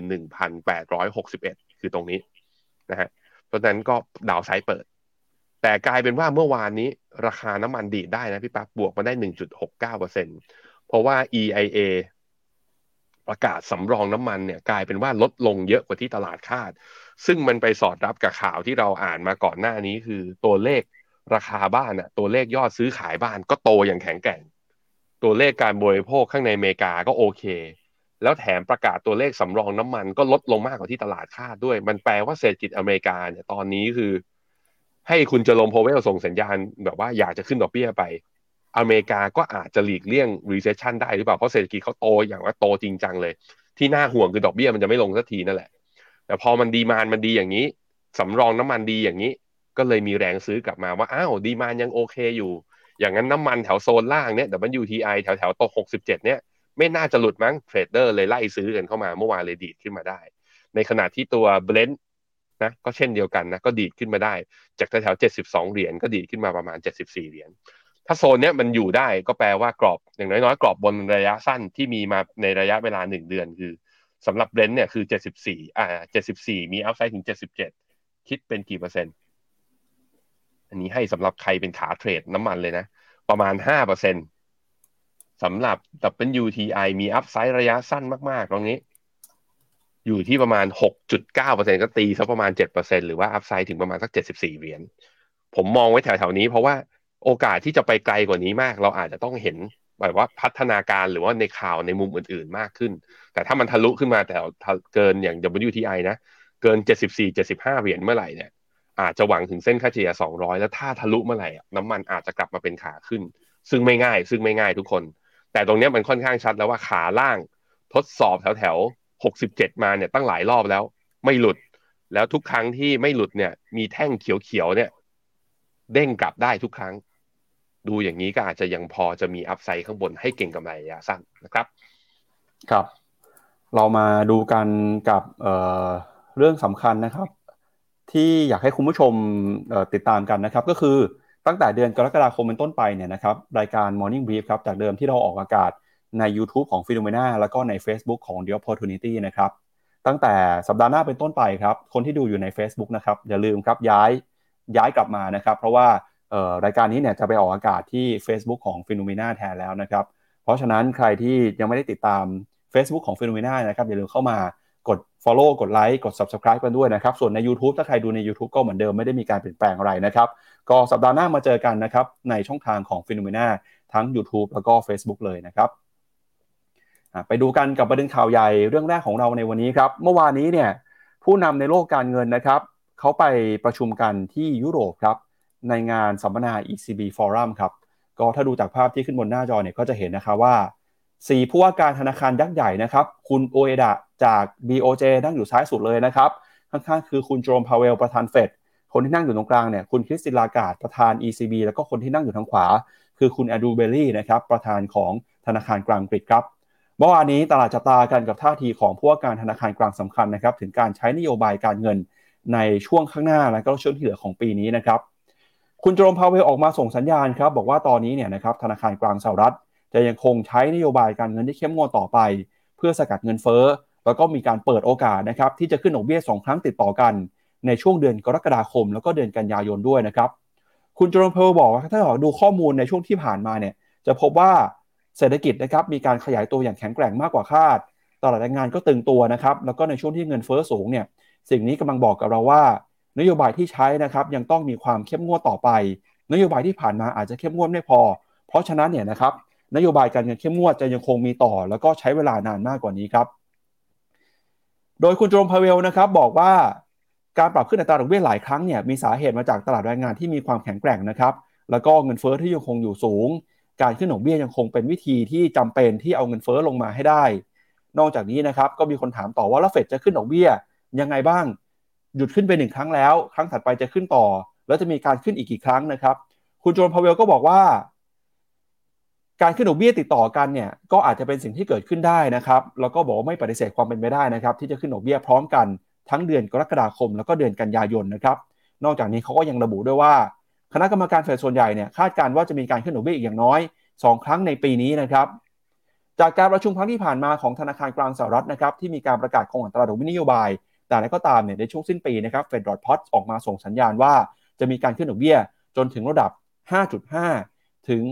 1,861คือตรงนี้นะฮะเพราะฉะนั้นก็ดาวไซด์เปิดแต่กลายเป็นว่าเมื่อวานนี้ราคาน้ำมันดีดได้นะพี่ปั๊บบวกมาได้ 1.69% เพราะว่า EIA ประกาศสำรองน้ำมันเนี่ยกลายเป็นว่าลดลงเยอะกว่าที่ตลาดคาดซึ่งมันไปสอดรับกับข่าวที่เราอ่านมาก่อนหน้านี้คือตัวเลขราคาบ้านตัวเลขยอดซื้อขายบ้านก็โตอย่างแข็งแกร่งตัวเลขการบริโภคข้างในอเมริกาก็โอเคแล้วแถมประกาศตัวเลขสำรองน้ำมันก็ลดลงมากกว่าที่ตลาดคาดด้วยมันแปลว่าเศรษฐกิจอเมริกาเนี่ยตอนนี้คือให้คุณเจอโรมโพเวลส่งสัญญาณแบบว่าอยากจะขึ้นดอกเบี้ยไปอเมริกาก็อาจจะหลีกเลี่ยง recession ได้หรือเปล่าเพราะเศรษฐกิจเขาโตอย่างว่าโตจริงจังเลยที่น่าห่วงคือดอกเบี้ยมันจะไม่ลงสักทีนั่นแหละแต่พอมันดีมานด์มันดีอย่างนี้สำรองน้ำมันดีอย่างนี้ก็เลยมีแรงซื้อกลับมาว่าอ้าวดีมานด์ยังโอเคอยู่อย่างนั้นน้ำมันแถวโซนล่างเนี่ย WTI แถวตก67เนี่ยไม่น่าจะหลุดมั้งเทรดเดอร์เลยไล่ซื้อกันเข้ามาเมื่อวานเลยดีดขึ้นมาได้ในขณะที่ตัว Brent นะก็เช่นเดียวกันนะก็ดีดขึ้นมาได้จากแถว72 เหรียญก็ดีดขึ้นมาประมาณ74 เหรียญถ้าโซนเนี้ยมันอยู่ได้ก็แปลว่ากรอบอย่างน้อยๆกรอบบนระยะสั้นที่มีมาในระยะเวลา1เดือนคือสำหรับ Brent เนี่ยคือ7474มีอัพไซด์ถึง77คิดเป็นกี่เปอร์เซ็นต์อันนี้ให้สำหรับใครเป็นขาเทรดน้ำมันเลยนะประมาณ 5% สำหรับ WTI มีอัพไซด์ระยะสั้นมากๆตรงนี้อยู่ที่ประมาณ 6.9% ก็ตีสักประมาณ 7% หรือว่าอัพไซด์ถึงประมาณสัก74 เหรียญผมมองไว้แถวๆนี้เพราะว่าโอกาสที่จะไปไกลกว่านี้มากเราอาจจะต้องเห็นแบบว่าพัฒนาการหรือว่าในข่าวในมุมอื่นๆมากขึ้นแต่ถ้ามันทะลุขึ้นมาแต่เกินอย่าง WTI นะเกิน74-75 เหรียญเมื่อไหร่เนี่ยอาจจะหวังถึงเส้นค่าเฉลี่ย200แล้วถ้าทะลุเมื่อไหร่น้ำมันอาจจะกลับมาเป็นขาขึ้นซึ่งไม่ง่ายทุกคนแต่ตรงนี้มันค่อนข้างชัดแล้วว่าขาล่างทดสอบแถว67มาเนี่ยตั้งหลายรอบแล้วไม่หลุดแล้วทุกครั้งที่ไม่หลุดเนี่ยมีแท่งเขียวๆเนี่ยเด้งกลับได้ทุกครั้งดูอย่างนี้ก็อาจจะยังพอจะมีอัพไซด์ข้างบนให้เก่งกำไรระยะสั้นนะครับครับเรามาดูกันกับเรื่องสำคัญนะครับที่อยากให้คุณผู้ชมติดตามกันนะครับก็คือตั้งแต่เดือนกรกฎาคมเป็นต้นไปเนี่ยนะครับรายการ Morning Brief ครับจากเดิมที่เราออกอากาศใน YouTube ของ Phenomena แล้วก็ใน Facebook ของ The Opportunity นะครับตั้งแต่สัปดาห์หน้าเป็นต้นไปครับคนที่ดูอยู่ใน Facebook นะครับอย่าลืมครับย้ายกลับมานะครับเพราะว่ารายการนี้เนี่ยจะไปออกอากาศที่ Facebook ของ Phenomena แทนแล้วนะครับเพราะฉะนั้นใครที่ยังไม่ได้ติดตาม Facebook ของ Phenomena นะครับอย่าลืมเข้ามากด follow กดไลค์กด subscribe กันด้วยนะครับส่วนใน YouTube ถ้าใครดูใน YouTube ก็เหมือนเดิมไม่ได้มีการเปลี่ยนแปลงอะไรนะครับก็สัปดาห์หน้ามาเจอกันนะครับในช่องทางของ Phenomena ทั้ง YouTube แล้วก็ Facebook เลยนะครับไปดูกันกับประเด็นข่าวใหญ่เรื่องแรกของเราในวันนี้ครับเมื่อวานนี้เนี่ยผู้นำในโลกการเงินนะครับเขาไปประชุมกันที่ยุโรปครับในงานสัมมนา ECB Forum ครับก็ถ้าดูจากภาพที่ขึ้นบนหน้าจอเนี่ยก็จะเห็นนะครับว่า4ผู้ว่าการธนาคารยักษ์ใหญ่นะครับคุณโอเอดะจาก BOJ นั่งอยู่ซ้ายสุดเลยนะครับข้างๆคือคุณโจมพาเวลประธานเฟดคนที่นั่งอยู่ตรงกลางเนี่ยคุณคริสตินลาการ์ดประธาน ECB แล้วก็คนที่นั่งอยู่ทางขวาคือคุณแอนดรูว์เบลลี่นะครับประธานของธนาคารกลางอังกฤษครับเมื่อวานนี้ตลาดจับตากันกับท่าทีของผู้ว่าการธนาคารกลางสำคัญนะครับถึงการใช้นโยบายการเงินในช่วงข้างหน้าและก็ช่วงที่เหลือของปีนี้นะครับคุณโจมพาเวลออกมาส่งสัญญาณครับบอกว่าตอนนี้เนี่ยนะครับธนาคารกลางสหรัฐจะยังคงใช้นโยบายการเงินที่เข้มงวดต่อไปเพื่อสกัดเงินเฟ้อแล้วก็มีการเปิดโอกาสนะครับที่จะขึ้นดอกเบี้ย2ครั้งติดต่อกันในช่วงเดือนกรกฎาคมแล้วก็เดือนกันยายนด้วยนะครับคุณโจมพาเวลบอกว่าถ้าเราดูข้อมูลในช่วงที่ผ่านมาเนี่ยจะพบว่าเศรษฐกิจนะครับมีการขยายตัวอย่างแข็งแกร่งมากกว่าคาดตลาดแรงงานก็ตึงตัวนะครับแล้วก็ในช่วงที่เงินเฟ้อสูงเนี่ยสิ่งนี้กำลังบอกกับเราว่านโยบายที่ใช้นะครับยังต้องมีความเข้มงวดต่อไปนโยบายที่ผ่านมาอาจจะเข้มงวดไม่พอเพราะฉะนั้นเนี่ยนะครับนโยบายการเงินเข้มงวดจะยังคงมีต่อแล้วก็ใช้เวลานานมากกว่านี้ครับโดยคุณโจมพาเวลนะครับบอกว่าการปรับขึ้นอัตราดอกเบี้ยหลายครั้งเนี่ยมีสาเหตุมาจากตลาดแรงงานที่มีความแข็งแกร่งนะครับแล้วก็เงินเฟ้อที่ยังคงอยู่สูงการขึ้นดอกเบี้ยยังคงเป็นวิธีที่จำเป็นที่เอาเงินเฟ้อลงมาให้ได้นอกจากนี้นะครับก็มีคนถามต่อว่าแล้วเฟดจะขึ้นดอกเบี้ยยังไงบ้างหยุดขึ้นไป1ครั้งแล้วครั้งถัดไปจะขึ้นต่อแล้วจะมีการขึ้นอีกกี่ครั้งนะครับคุณโจมพาเวลก็บอกว่าการขึ้นดอกเบี้ยติดต่อกันเนี่ยก็อาจจะเป็นสิ่งที่เกิดขึ้นได้นะครับแล้วก็บอกว่าไม่ปฏิเสธความเป็นไปได้นะครับที่จะขึ้นดอกเบี้ยพร้อมกันทั้งเดือนกรกฎาคมแล้วก็เดือนกันยายนนะครับนอกจากนี้เขาก็ยังระบุด้วยว่าคณะกรรมการเฟดส่วนใหญ่เนี่ยคาดการณ์ว่าจะมีการขึ้นดอกเบี้ยอีกอย่างน้อย2ครั้งในปีนี้นะครับจากการประชุมครั้งที่ผ่านมาของธนาคารกลางสหรัฐนะครับที่มีการประกาศคงอัตราดอกเบี้ยนโยบายแต่อะไรก็ตามเนี่ยในช่วงสิ้นปีนะครับเฟดดอทพอตออกมาส่งสัญญาณว่าจะมีการขึ้นดอกเบี้ยจนถึงระดับ 5.5 ถึง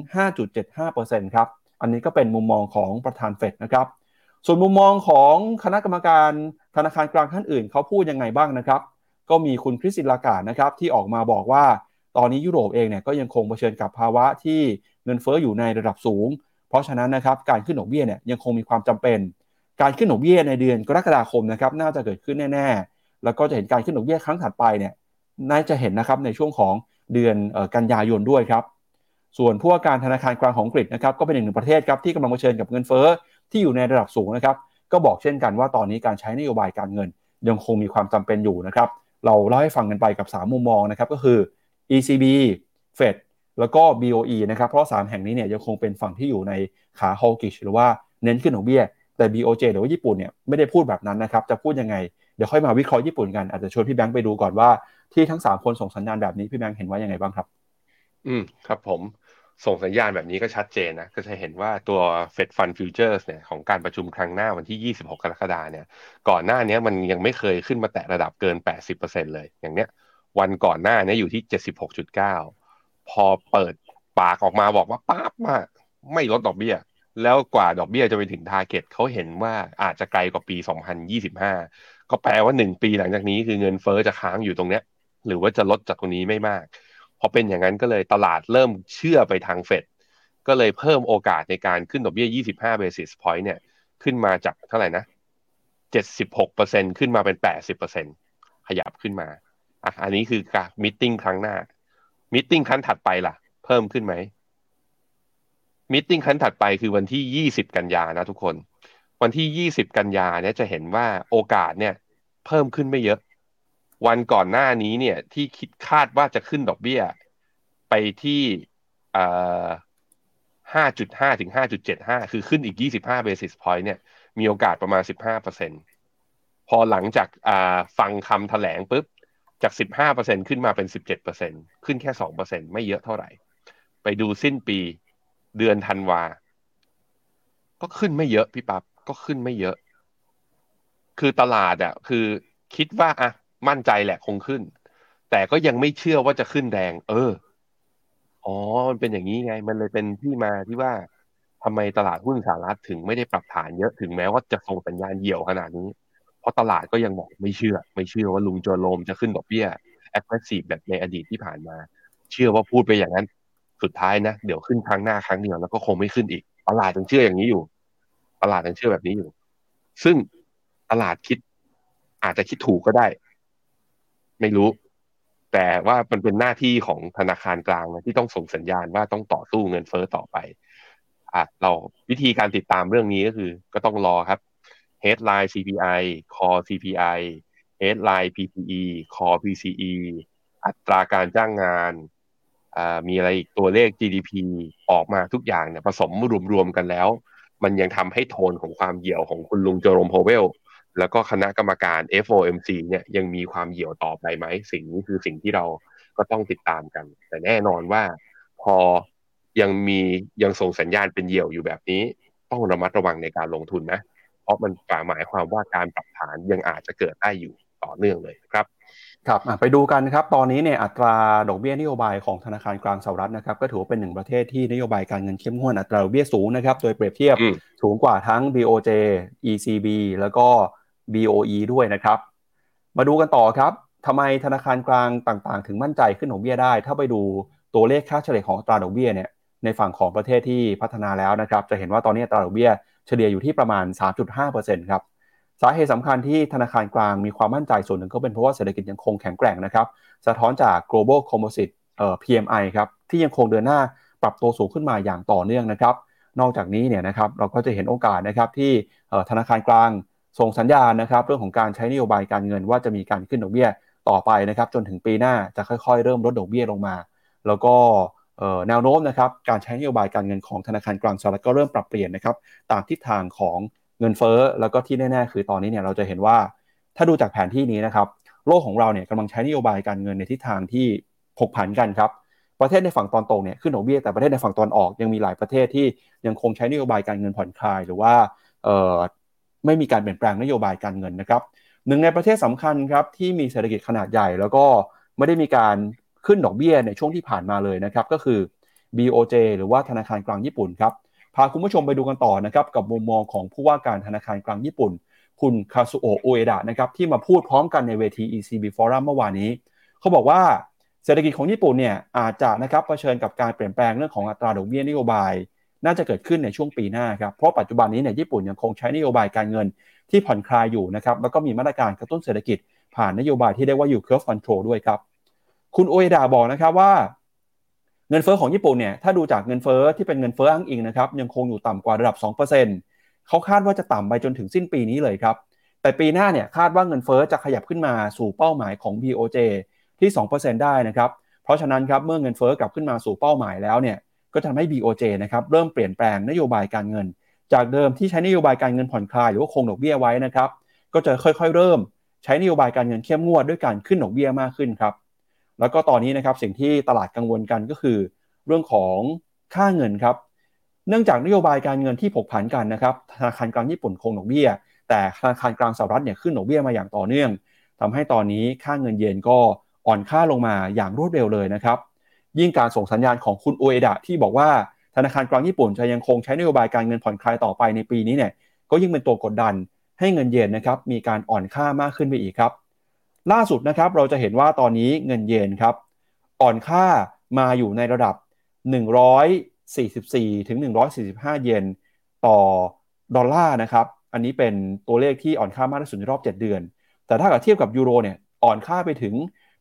5.75% ครับอันนี้ก็เป็นมุมมองของประธานเฟดนะครับส่วนมุมมองของคณะกรรมการธนาคารกลางท่านอื่นเขาพูดยังไงบ้างนะครับก็มีคุณคริสตินลาการ์ดนะครับที่ออกมาบอกว่าตอนนี้ยุโรปเองเนี่ยก็ยังคงเผชิญกับภาวะที่เงินเฟ้ออยู่ในระดับสูงเพราะฉะนั้นนะครับการขึ้นดอกเบี้ยเนี่ยยังคงมีความจำเป็นการขึ้นดอกเบี้ยในเดือนกรกฎาคมนะครับน่าจะเกิดขึ้นแน่ๆแล้วก็จะเห็นการขึ้นดอกเบี้ยครั้งถัดไปเนี่ยน่าจะเห็นนะครับในช่วงของเดือนกันยายนด้วยครับส่วนผู้ว่าการธนาคารกลางของอังกฤษนะครับก็เป็นอีกหนึ่งประเทศครับที่กำลังเผชิญกับเงินเฟ้อที่อยู่ในระดับสูงนะครับก็บอกเช่นกันว่าตอนนี้การใช้นโยบายการเงินยังคงมีความจำเป็นอยู่นะครับเราเล่าให้ฟังกันไปกับ3มุมมองนะครับก็คือ ECB Fed แล้วก็ BOE นะครับเพราะ3แห่งนี้เนี่ยยังคงเป็นฝั่งที่อยู่ในขา hawkish หรือว่าเน้นขึ้นดอกเบี้ยแต่ BOJ หรือว่าญี่ปุ่นเนี่ยไม่ได้พูดแบบนั้นนะครับจะพูดยังไงเดี๋ยวค่อยมาวิเคราะห์ญี่ปุ่นกันอาจจะชวนพี่แบงค์ไปดูก่อนว่าที่ทั้ง3คนส่งสัญญาณแบบนี้พี่แบงค์เห็นว่ายังไงบ้างครับครับผมส่งสัญญาณแบบนี้ก็ชัดเจนนะก็จะเห็นว่าตัว Fed Fund Futures เนี่ยของการประชุมครั้งหน้าวันที่26กรกฎาคมเนี่ยก่อนหน้านี้มันยังไม่เคยขึ้นมาแตะระดับเกิน 80%เลยอย่างเนี้ยวันก่อนหน้านี้อยู่ที่ 76.9พอเปิดปากออกมาบอกว่าป๊าบมาไม่ลดดอกเบี้ยแล้วกว่าดอกเบี้ยจะไปถึงทาร์เก็ตเขาเห็นว่าอาจจะไกลกว่าปี2025ก็แปลว่า1 ปีหลังจากนี้คือเงินเฟ้อจะค้างอยู่ตรงเนี้ยหรือว่าจะลดจากตรงนี้ไม่มาก พอเป็นอย่างนั้นก็เลยตลาดเริ่มเชื่อไปทางเฟดก็เลยเพิ่มโอกาสในการขึ้นดอกเบี้ย25 basis point เนี่ยขึ้นมาจากเท่าไหร่นะ76%ขึ้นมาเป็น80%ขยับขึ้นมาอันนี้คือการมีตติ้งครั้งหน้ามีตติ้งครั้งถัดไปล่ะเพิ่มขึ้นไหมมีตติ้งครั้งถัดไปคือวันที่20กันยานะทุกคนวันที่20กันยาเนี่ยจะเห็นว่าโอกาสเนี่ยเพิ่มขึ้นไม่เยอะ วันก่อนหน้านี้เนี่ยที่คิดคาดว่าจะขึ้นดอกเบี้ยไปที่เอ่อ5.5ถึง5.75คือขึ้นอีก25 basis point เนี่ยมีโอกาสประมาณ15%พอหลังจากฟังคำแถลงปุ๊บจาก15%ขึ้นมาเป็น17%ขึ้นแค่2%ไม่เยอะเท่าไหร่ไปดูสิ้นปีเดือนธันวาก็ขึ้นไม่เยอะพี่ปั๊บก็ขึ้นไม่เยอะคือตลาดคือคิดว่ามั่นใจแหละคงขึ้นแต่ก็ยังไม่เชื่อว่าจะขึ้นแรงอ๋อมันเป็นอย่างนี้ไงมันเลยเป็นที่มาที่ว่าทำไมตลาดหุ้นสหรัฐถึงไม่ได้ปรับฐานเยอะถึงแม้ว่าจะส่งสัญญาณเหี่ยวขนาดนี้เพราะตลาดก็ยังบอกไม่เชื่อว่าลุงโจโรมจะขึ้นดอกเบี้ย aggressive แบบในอดีตที่ผ่านมาเชื่อว่าพูดไปอย่างนั้นสุดท้ายนะเดี๋ยวขึ้นครั้งหน้าครั้งเดียวแล้วก็คงไม่ขึ้นอีกตลาดยังเชื่ออย่างนี้อยู่ตลาดยังเชื่อแบบนี้อยู่ซึ่งตลาดคิดอาจจะคิดถูกก็ได้ไม่รู้ แต่ว่ามันเป็นหน้าที่ของธนาคารกลางนะที่ต้องส่งสัญญาณว่าต้องต่อสู้เงินเฟ้อต่อไปเราวิธีการติดตามเรื่องนี้ก็คือก็ต้องรอครับ headline CPI core CPI headline PPE core PCE อัตราการจ้างงานมีอะไรอีกตัวเลข GDP ออกมาทุกอย่างเนี่ยผสมรวมๆกันแล้วมันยังทำให้โทนของความเหี่ยวของคุณลุงเจอโรมโพเวลแล้วก็คณะกรรมการ FOMC เนี่ยยังมีความเหี่ยวต่อไปไหมสิ่งนี้คือสิ่งที่เราก็ต้องติดตามกันแต่แน่นอนว่าพอยังมียังส่งสัญญาณเป็นเหี่ยวอยู่แบบนี้ต้องระมัดระวังในการลงทุนนะเพราะมันหมายความว่าการปรับฐานยังอาจจะเกิดได้อยู่ต่อเนื่องเลยครับครับไปดูกันครับตอนนี้เนี่ยอัตราดอกเบี้ยนโยบายของธนาคารกลางสหรัฐนะครับก็ถือว่าเป็นหนึ่งประเทศที่นโยบายการเงินเข้มงวดอัตราดอกเบี้ยสูงนะครับโดยเปรียบเทียบสูงกว่าทั้ง BOJ ECB แล้วก็ BOE ด้วยนะครับมาดูกันต่อครับทำไมธนาคารกลางต่างๆถึงมั่นใจขึ้นดอกเบี้ยได้ถ้าไปดูตัวเลขค่าเฉลี่ยของอัตราดอกเบี้ยเนี่ยในฝั่งของประเทศที่พัฒนาแล้วนะครับจะเห็นว่าตอนนี้อัตราดอกเบี้ยเฉลี่ยอยู่ที่ประมาณ 3.5% ครับ สาเหตุสำคัญที่ธนาคารกลางมีความมั่นใจส่วนหนึ่งก็เป็นเพราะว่าเศรษฐกิจยังคงแข็งแกร่งนะครับสะท้อนจาก global composite PMI ครับที่ยังคงเดินหน้าปรับตัวสูงขึ้นมาอย่างต่อเนื่องนะครับนอกจากนี้เนี่ยนะครับเราก็จะเห็นโอกาสนะครับที่ธนาคารกลางส่งสัญญาณนะครับเรื่องของการใช้นโยบายการเงินว่าจะมีการขึ้นดอกเบี้ยต่อไปนะครับจนถึงปีหน้าจะค่อยๆเริ่มลดดอกเบี้ยลงมาแล้วก็แนวโน้มนะครับการใช้นโยบายการเงินของธนาคารกลางสหรัฐก็เริ่มปรับเปลี่ยนนะครับตามทิศทางของเงินเฟ้อแล้วก็ที่แน่ๆคือตอนนี้เนี่ยเราจะเห็นว่าถ้าดูจากแผนที่นี้นะครับโลกของเราเนี่ยกำลังใช้นโยบายการเงินในทิศทางที่ผกผันกันครับประเทศในฝั่งตอนตกเนี่ยขึ้นดอกเบี้ยแต่ประเทศในฝั่งตอนออกยังมีหลายประเทศที่ยังคงใช้นโยบายการเงินผ่อนคลายหรือว่าไม่มีการเปลี่ยนแปลงนโยบายการเงินนะครับหนึ่งในประเทศสำคัญครับที่มีเศรษฐกิจขนาดใหญ่แล้วก็ไม่ได้มีการขึ้นดอกเบี้ยในช่วงที่ผ่านมาเลยนะครับก็คือ BOJ หรือว่าธนาคารกลางญี่ปุ่นครับพาคุณผู้ชมไปดูกันต่อนะครับกับมุมมองของผู้ว่าการธนาคารกลางญี่ปุ่นคุณคาซุโอะ อุเอดะนะครับที่มาพูดพร้อมกันในเวที ECB Forum เมื่อวานนี้เขาบอกว่าเศรษฐกิจของญี่ปุ่นเนี่ยอาจจะนะครับเผชิญกับการเปลี่ยนแปลงเรื่องของอัตราดอกเบี้ยนโยบายน่าจะเกิดขึ้นในช่วงปีหน้าครับเพราะปัจจุบันนี้เนี่ยญี่ปุ่นยังคงใช้นโยบายการเงินที่ผ่อนคลายอยู่นะครับแล้วก็มีมาตรการกระตุ้นเศรษฐกิจผ่านนโยบายที่เรียกว่า yield curve control ด้วยครับคุณโอเอดะบอกนะครับว่าเงินเฟ้อของญี่ปุ่นเนี่ยถ้าดูจากเงินเฟ้อที่เป็นเงินเฟ้ออ้างอิงนะครับยังคงอยู่ต่ำกว่าระดับ 2% เขาคาดว่าจะต่ำไปจนถึงสิ้นปีนี้เลยครับแต่ปีหน้าเนี่ยคาดว่าเงินเฟ้อจะขยับขึ้นมาสู่เป้าหมายของ BOJ ที่ 2% ได้นะครับเพราะฉะนั้นครับเมื่อเงินเฟ้อกลับขึ้นมาสู่เป้าหมายแล้วเนี่ยก็ทำให้ BOJ นะครับเริ่มเปลี่ยนแปลงนโยบายการเงินจากเดิมที่ใช้นโยบายการเงินผ่อนคลายหรือว่าคงดอกเบี้ยไว้นะครับก็จะค่อยๆเริ่มใช้นโยบายการเงินเข้มงวดด้วยการขึ้นดอกเบี้ยมากขึ้นครับแล้วก็ตอนนี้นะครับสิ่งที่ตลาดกังวลกันก็คือเรื่องของค่าเงินครับเนื่องจากนโยบายการเงินที่ผกผันกันนะครับธนาคารกลางญี่ปุ่นคงดอกเบี้ยแต่ธนาคารกลางสหรัฐเนี่ยขึ้นดอกเบี้ยมาอย่างต่อเนื่องทำให้ตอนนี้ค่าเงินเยนก็อ่อนค่าลงมาอย่างรวดเร็วเลยนะครับยิ่งการส่งสัญญาณของคุณโอเอดะที่บอกว่าธนาคารกลางญี่ปุ่นจะยังคงใช้นโยบายการเงินผ่อนคลายต่อไปในปีนี้เนี่ยก็ยิ่งเป็นตัวกดดันให้เงินเยนนะครับมีการอ่อนค่ามากขึ้นไปอีกครับล่าสุดนะครับเราจะเห็นว่าตอนนี้เงินเยนครับอ่อนค่ามาอยู่ในระดับ144ถึง145เยนต่อดอลลาร์นะครับอันนี้เป็นตัวเลขที่อ่อนค่ามากที่สุดในรอบ7เดือนแต่ถ้าเกิดเทียบกับยูโรเนี่ยอ่อนค่าไปถึง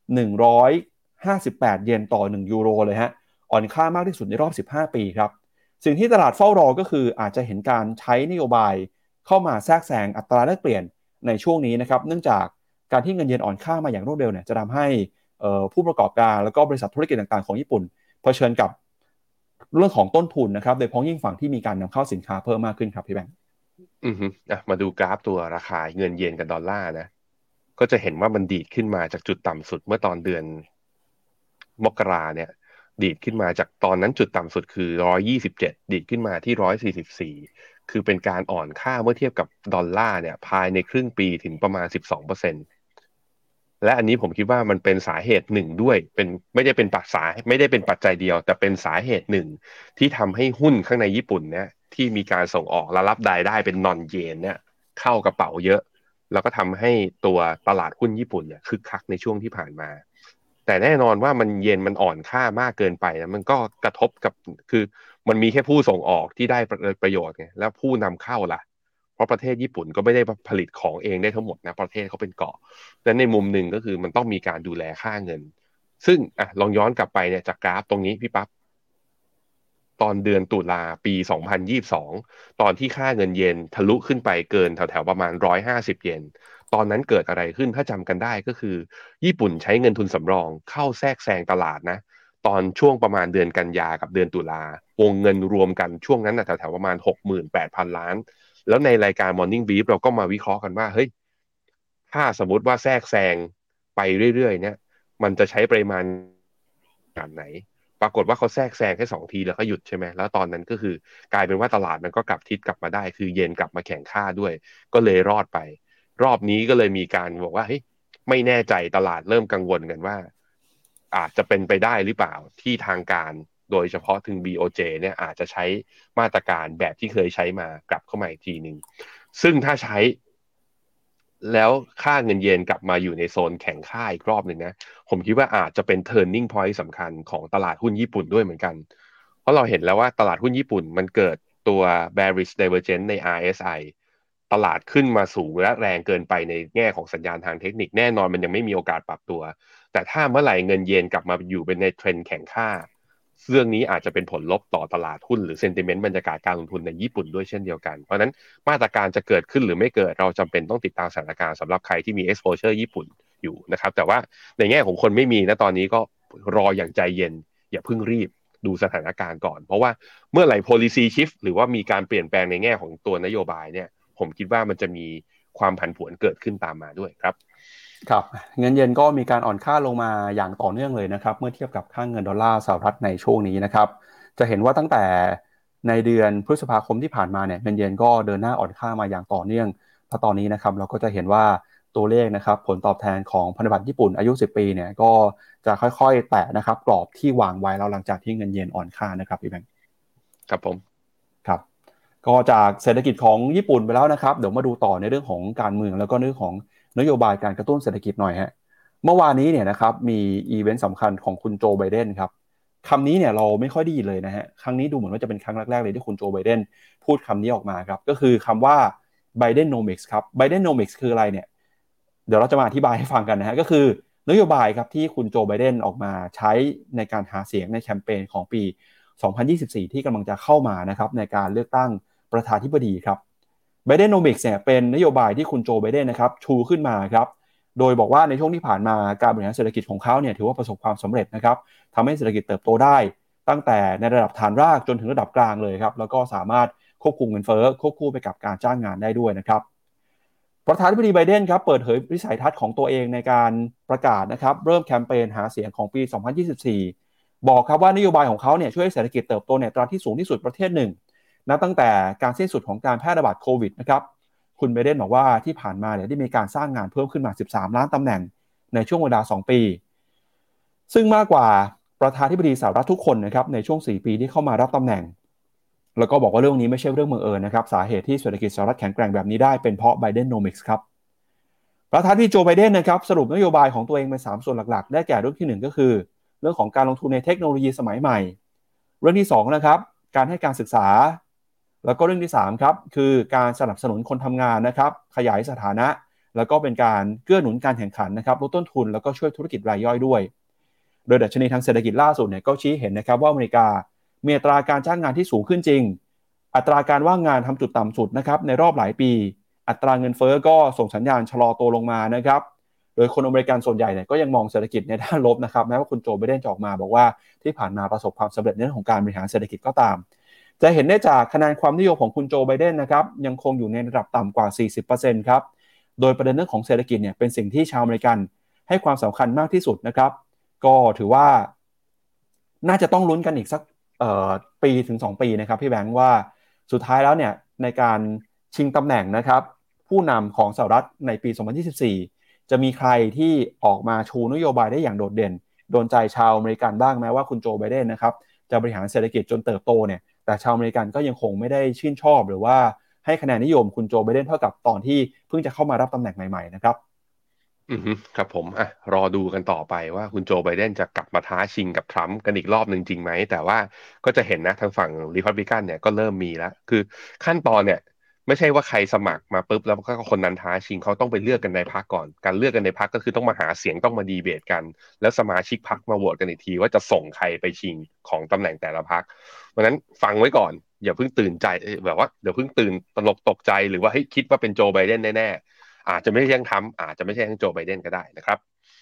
158เยนต่อ1ยูโรเลยฮะอ่อนค่ามากที่สุดในรอบ15ปีครับสิ่งที่ตลาดเฝ้ารอก็คืออาจจะเห็นการใช้นโยบายเข้ามาแทรกแซงอัตราแลกเปลี่ยนในช่วงนี้นะครับเนื่องจากการที่เงินเยนอ่อนค่ามาอย่างรวดเร็วเนี่ยจะทำให้ผู้ประกอบการแล้วก็บริษัทธุรกิจต่างๆของญี่ปุ่นเผชิญกับเรื่องของต้นทุนนะครับโดยเฉพาะยิ่งฝั่งที่มีการนำเข้าสินค้าเพิ่มมากขึ้นครับพี่แบงค์มาดูกราฟตัวราคาเงินเยนกับดอลลาร์นะก็จะเห็นว่ามันดีดขึ้นมาจากจุดต่ำสุดเมื่อตอนเดือนมกราเนี่ยดีดขึ้นมาจากตอนนั้นจุดต่ำสุดคือ127ดีดขึ้นมาที่144คือเป็นการอ่อนค่าเมื่อเทียบกับดอลลาร์เนี่ยภายในครึ่งปีถึงประมาณ12%และอันนี้ผมคิดว่ามันเป็นสาเหตุหนึ่งด้วยเป็นไม่ได้เป็นปัจจัยเดียวแต่เป็นสาเหตุหนึ่งที่ทำให้หุ้นข้างในญี่ปุ่นเนี่ยที่มีการส่งออกและรับรายได้เป็นนอนเยนเนี่ยเข้ากระเป๋าเยอะแล้วก็ทำให้ตัวตลาดหุ้นญี่ปุ่นเนี่ยคึกคักในช่วงที่ผ่านมาแต่แน่นอนว่ามันเยนมันอ่อนค่ามากเกินไปนะมันก็กระทบกับคือมันมีแค่ผู้ส่งออกที่ได้ประโยชน์ไงแล้วผู้นำเข้าล่ะเพราะประเทศญี่ปุ่นก็ไม่ได้ผลิตของเองได้ทั้งหมดนะประเทศเขาเป็นเกาะและในมุมหนึ่งก็คือมันต้องมีการดูแลค่าเงินซึ่งลองย้อนกลับไปเนี่ยจากกราฟตรงนี้พี่ปั๊บตอนเดือนตุลาปี2022ตอนที่ค่าเงินเยนทะลุขึ้นไปเกินแถวๆประมาณ150เยนตอนนั้นเกิดอะไรขึ้นถ้าจำกันได้ก็คือญี่ปุ่นใช้เงินทุนสำรองเข้าแทรกแซงตลาดนะตอนช่วงประมาณเดือนกันยากับเดือนตุลาวงเงินรวมกันช่วงนั้นนะแถวๆประมาณ68,000 ล้านแล้วในรายการ Morning Brief เราก็มาวิเคราะห์กันว่าเฮ้ยถ้าสมมติว่าแทรกแซงไปเรื่อยๆเนี่ยมันจะใช้ปริมาณขนาดไหนปรากฏว่าเขาแทรกแซงแค่2 ทีแล้วก็หยุดใช่ไหมแล้วตอนนั้นก็คือกลายเป็นว่าตลาดมันก็กลับทิศกลับมาได้คือเยนกลับมาแข่งค่าด้วยก็เลยรอดไปรอบนี้ก็เลยมีการบอกว่าเฮ้ยไม่แน่ใจตลาดเริ่มกังวลกันว่าอาจจะเป็นไปได้หรือเปล่าที่ทางการโดยเฉพาะถึง BOJ เนี่ยอาจจะใช้มาตรการแบบที่เคยใช้มากลับเข้ามาอีกทีหนึ่งซึ่งถ้าใช้แล้วค่าเงินเยนกลับมาอยู่ในโซนแข่งค่าอีกรอบหนึ่งนะผมคิดว่าอาจจะเป็น turning point สำคัญของตลาดหุ้นญี่ปุ่นด้วยเหมือนกันเพราะเราเห็นแล้วว่าตลาดหุ้นญี่ปุ่นมันเกิดตัว bearish divergence ใน RSI ตลาดขึ้นมาสูงและแรงเกินไปในแง่ของสัญญาณทางเทคนิคแน่นอนมันยังไม่มีโอกาสปรับตัวแต่ถ้าเมื่อไหร่เงินเยนกลับมาอยู่เป็นในเทรนด์แข่งค่าเรื่องนี้อาจจะเป็นผลลบต่อตลาดหุ้นหรือเซนติเมนต์บรรยากาศการลงทุนในญี่ปุ่นด้วยเช่นเดียวกันเพราะฉะนั้นมาตรการจะเกิดขึ้นหรือไม่เกิดเราจำเป็นต้องติดตามสถานการณ์สำหรับใครที่มี exposure ญี่ปุ่นอยู่นะครับแต่ว่าในแง่ของคนไม่มีนะตอนนี้ก็รออย่างใจเย็นอย่าเพิ่งรีบดูสถานการณ์ก่อนเพราะว่าเมื่อไหร่ policy shift หรือว่ามีการเปลี่ยนแปลงในแง่ของตัวนโยบายเนี่ยผมคิดว่ามันจะมีความผันผวนเกิดขึ้นตามมาด้วยครับครับเงินเยนก็มีการอ่อนค่าลงมาอย่างต่อเนื่องเลยนะครับเมื่อเทียบกับค่าเงินดอลลาร์สหรัฐในช่วงนี้นะครับจะเห็นว่าตั้งแต่ในเดือนพฤษภาคมที่ผ่านมาเนี่ยเงินเยนก็เดินหน้าอ่อนค่ามาอย่างต่อเนื่องและตอนนี้นะครับเราก็จะเห็นว่าตัวเลขนะครับผลตอบแทนของพันธบัตรญี่ปุ่นอายุ10ปีเนี่ยก็จะค่อยๆแตะนะครับกรอบที่วางไว้แล้วหลังจากที่เงินเยนอ่อนค่านะครับพี่แบงค์ครับผมครับก็จากเศรษฐกิจของญี่ปุ่นไปแล้วนะครับเดี๋ยวมาดูต่อในเรื่องของการเมืองแล้วก็เรื่องของนโยบายการกระตุ้นเศรษฐกิจหน่อยฮะ เมื่อวานนี้เนี่ยนะครับมีอีเวนต์สำคัญของคุณโจไบเดนครับคำนี้เนี่ยเราไม่ค่อยได้ยินเลยนะฮะครั้งนี้ดูเหมือนว่าจะเป็นครั้งแรกๆเลยที่คุณโจไบเดนพูดคำนี้ออกมาครับก็คือคำว่า Bidenomics ครับ Bidenomics คืออะไรเนี่ยเดี๋ยวเราจะมาอธิบายให้ฟังกันนะฮะก็คือนโยบายครับที่คุณโจไบเดนออกมาใช้ในการหาเสียงในแคมเปญของปี 2024 ที่กำลังจะเข้ามานะครับในการเลือกตั้งประธานาธิบดีครับ Bidenomics เนี่ยเป็นนโยบายที่คุณโจไบเดนนะครับชูขึ้นมาครับโดยบอกว่าในช่วงที่ผ่านมาการบริหารเศรษฐกิจของเขาเนี่ยถือว่าประสบความสำเร็จนะครับทำให้เศรษฐกิจเติบโตได้ตั้งแต่ในระดับฐานรากจนถึงระดับกลางเลยครับแล้วก็สามารถควบคุมเงินเฟ้อควบคู่ไปกับการจ้างงานได้ด้วยนะครับประธานาธิบดีไบเดนครับเปิดเผยวิสัยทัศน์ของตัวเองในการประกาศนะครับเริ่มแคมเปญหาเสียงของปี 2024 บอกครับว่านโยบายของเขาเนี่ยช่วยให้เศรษฐกิจเติบโตในอัตราที่สูงที่สุดประเทศหนึ่งนับตั้งแต่การสิ้นสุดของการแพร่ระบาดโควิดนะครับคุณไบเดนบอกว่าที่ผ่านมาเนี่ยได้มีการสร้างงานเพิ่มขึ้นมา13ล้านตำแหน่งในช่วงเวลา2ปีซึ่งมากกว่าประธานาธิบดีสหรัฐทุกคนนะครับในช่วง4ปีที่เข้ามารับตำแหน่งแล้วก็บอกว่าเรื่องนี้ไม่ใช่เรื่องบังเอิญนะครับสาเหตุที่เศรษฐกิจสหรัฐแข็งแกร่งแบบนี้ได้เป็นเพราะ Bidenomics ครับประธานาธิบดีโจไบเดนนะครับสรุปนโยบายของตัวเองเป็น3ส่วนหลักๆได้แก่เรื่องที่1ก็คือเรื่องของการลงทุนในเทคโนโลยีสมัยใหม่เรื่องที่2นะครับการให้การศึกษาแล้วก็เรื่องที่3ครับคือการสนับสนุนคนทำงานนะครับขยายสถานะแล้วก็เป็นการเกื้อหนุนการแข่งขันนะครับลดต้นทุนแล้วก็ช่วยธุรกิจรายย่อยด้วยโดยดัชนีทางเศรษฐกิจล่าสุดเนี่ยก็ชี้เห็นนะครับว่าอเมริกามีอัตราการจ้างงานที่สูงขึ้นจริงอัตราการว่างงานทำจุดต่ำสุดนะครับในรอบหลายปีอัตราเงินเฟ้อก็ส่งสัญญาณชะลอตัวลงมานะครับโดยคนอเมริกันส่วนใหญ่เนี่ยก็ยังมองเศรษฐกิจในด้านลบนะครับแม้ว่าคุณโจไบเดนจะออกมาบอกว่าที่ผ่านมาประสบความสำเร็จในเรื่องของการบริหารเศรษฐกิจก็ตามจะเห็นได้จากคะแนนความนิยมของคุณโจไบเดนนะครับยังคงอยู่ในระดับต่ำกว่า 40% ครับโดยประเด็นเรื่องของเศรษฐกิจเนี่ยเป็นสิ่งที่ชาวอเมริกันให้ความสำคัญมากที่สุดนะครับก็ถือว่าน่าจะต้องลุ้นกันอีกสักปีถึง2ปีนะครับพี่แบงค์ว่าสุดท้ายแล้วเนี่ยในการชิงตำแหน่งนะครับผู้นำของสหรัฐในปี 2024 จะมีใครที่ออกมาชูนโยบายได้อย่างโดดเด่นโดนใจชาวอเมริกันบ้างแม้ว่าคุณโจไบเดนนะครับจะบริหารเศรษฐกิจจนเติบโตเนี่ยแต่ชาวอเมริกันก็ยังคงไม่ได้ชื่นชอบหรือว่าให้คะแนนนิยมคุณโจไบเดนเท่ากับตอนที่เพิ่งจะเข้ามารับตำแหน่งใหม่ๆนะครับครับผมรอดูกันต่อไปว่าคุณโจไบเดนจะกลับมาท้าชิงกับทรัมป์กันอีกรอบหนึ่งจริงไหมแต่ว่าก็จะเห็นนะทางฝั่งรีพับลิกันเนี่ยก็เริ่มมีแล้วคือขั้นตอนเนี่ยไม่ใช่ว่าใครสมัครมาปุ๊บแล้วก็คนนั้นท้าชิงเขาต้องไปเลือกกันในพรรคก่อนการเลือกกันในพรรคก็คือต้องมาหาเสียงต้องมาดีเบตกันแล้วสมาชิกพรรคมาโหวตกันอีกทีว่าจะส่งใครไปชิงของตำแหน่งแต่ละพรรคเพราะนั้นฟังไว้ก่อนอย่าเพิ่งตื่นใจแบบว่าเดี๋ยวเพิ่งตื่นตระหนกตกใจหรือว่าให้คิดว่าเป็นโจไบเดนแน่ๆอาจจะไม่ใช่ทั้งทรัมป์อาจจะไม่ใช่ทั้งโจไบเดนก็ได้นะครับ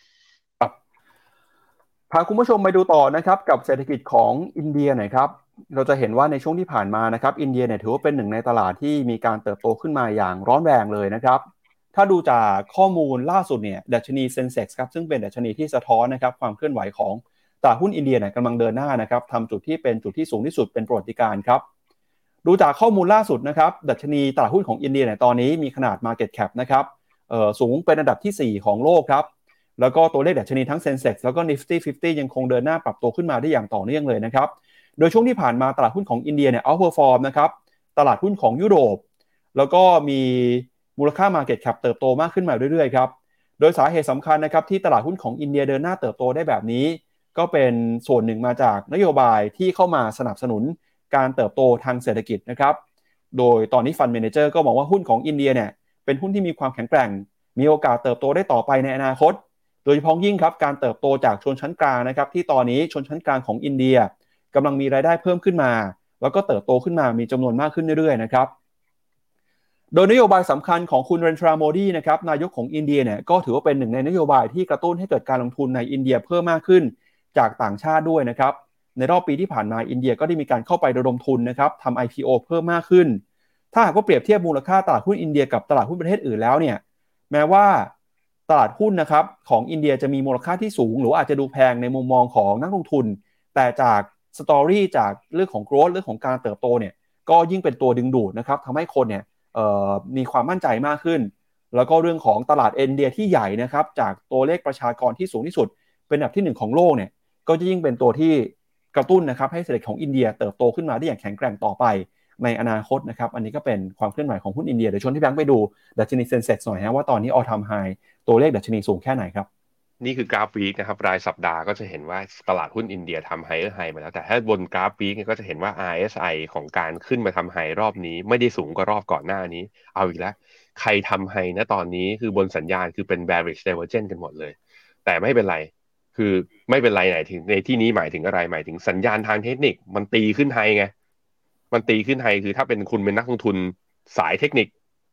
พาคุณผู้ชมไปดูต่อนะครับกับเศรษฐกิจของอินเดียหน่อยครับเราจะเห็นว่าในช่วงที่ผ่านมานะครับอินเดียเนี่ยถือว่าเป็นหนึ่งในตลาดที่มีการเติบโตขึ้นมาอย่างร้อนแรงเลยนะครับถ้าดูจากข้อมูลล่าสุดเนี่ยดัชนีเซ็นเซ็กซ์ครับซึ่งเป็นดัชนีที่สะท้อนนะครับความเคลื่อนไหวของตลาดหุ้นอินเดียเนี่ยกำลังเดินหน้านะครับทำจุดที่เป็นจุดที่สูงที่สุดเป็นประวัติการณ์ครับดูจากข้อมูลล่าสุดนะครับดัชนีตลาดหุ้นของอินเดียเนี่ยตอนนี้มีขนาด Market Cap นะครับสูงเป็นอันดับที่4ของโลกครับแล้วก็ตัวเลขดัชนีทั้ง Sensex แล้วก็ Nifty 50ยังคงเดินหน้าปรับตัวขึ้นมาได้อย่างต่อเนื่องเลยนะครับโดยช่วงที่ผ่านมาตลาดหุ้นของอินเดียเนี่ย outperform นะครับตลาดหุ้นของยุโรปแล้วก็มีมูลค่า Market Cap เติบโตมากขึ้นมาเรื่อยๆครับโดยสาเหตุสำคัญนะครับที่ตลาดหุ้นของอินเดียเดินหน้าเติบโตได้แบบนี้ก็เป็นส่วนหนึ่งมาจากนโยบายที่เข้ามาสนับสนุนการเติบโตทางเศรษฐกิจนะครับโดยตอนนี้ Fund Manager ก็มองว่าหุ้นของอินเดียเนี่ยเป็นหุ้นที่มีความแข็งแกร่งมีโอกาสเติบโตได้ต่อไปในอนาคตโดยเฉพาะยิ่งครับการเติบโตจากชนชั้นกลางนะครับที่ตอนนี้ชนชั้นกลางของอินเดียกำลังมีรายได้เพิ่มขึ้นมาแล้วก็เติบโตขึ้นมามีจำนวนมากขึ้นเรื่อยๆนะครับโดยนโยบายสำคัญของคุณเรนทราโมดีนะครับนายกของอินเดียเนี่ยก็ถือว่าเป็นหนึ่งในนโยบายที่กระตุ้นให้เกิดการลงทุนในอินเดียเพิ่มมากขึ้นจากต่างชาติด้วยนะครับในรอบปีที่ผ่านมาอินเดียก็ได้มีการเข้าไประดมทุนนะครับทำ IPO เพิ่มมากขึ้นถ้าหากว่าเปรียบเทียบมูลค่าตลาดหุ้นอินเดียกับตลาดหุ้นประเทศอื่นแล้วเนี่ยแม้ว่าตลาดหุ้นนะครับของอินเดียจะมีมูลค่าที่สูงหรืออาจจะดูแพงในมุมมองของนักลงทุนแต่จากสตอรี่จากเรื่องของโกรทเรื่องของการเติบโตเนี่ยก็ยิ่งเป็นตัวดึงดูดนะครับทำให้คนเนี่ยมีความมั่นใจมากขึ้นแล้วก็เรื่องของตลาดอินเดียที่ใหญ่นะครับจากตัวเลขประชากรที่สูงที่สุดเป็นอันดับที่1ของโลกเนี่ยก็จะยิ่งเป็นตัวที่กระตุ้นนะครับให้เศรษฐกิจของอินเดียเติบโตขึ้นมาได้อย่างแข็งแกร่งต่อไปในอนาคตนะครับอันนี้ก็เป็นความเคลื่อนไหวของหุ้นอินเดียเดี๋ยวชวนที่แบงค์ไปดูดัชนีเซ็นเซ็กซ์หน่อยฮะว่าตอนนี้ออลไทม์ไฮตัวเลขดัชนีสูงแค่ไหนครับนี่คือกราฟวีคนะครับรายสัปดาห์ก็จะเห็นว่าตลาดหุ้นอินเดียทำไฮมาแล้วแต่ถ้าบนกราฟวีคก็จะเห็นว่า RSI ของการขึ้นมาทำไฮรอบนี้ไม่ได้สูงกว่ารอบก่อนหน้านี้เอาอีกแล้วใครทำไฮนะตอนนี้คือบนสัญญาณคือเป็น bearish divergence กันหมดเลยแต่ไม่เป็นไรคือไม่เป็นไรไหนถึงในที่นี้หมายถึงอะไรหมายถึงสัญญาณทางเทคนิคมันตีขึ้นไฮไงมันตีขึ้นไฮคือถ้าเป็นคุณเป็นนักลงทุนสายเทคนิค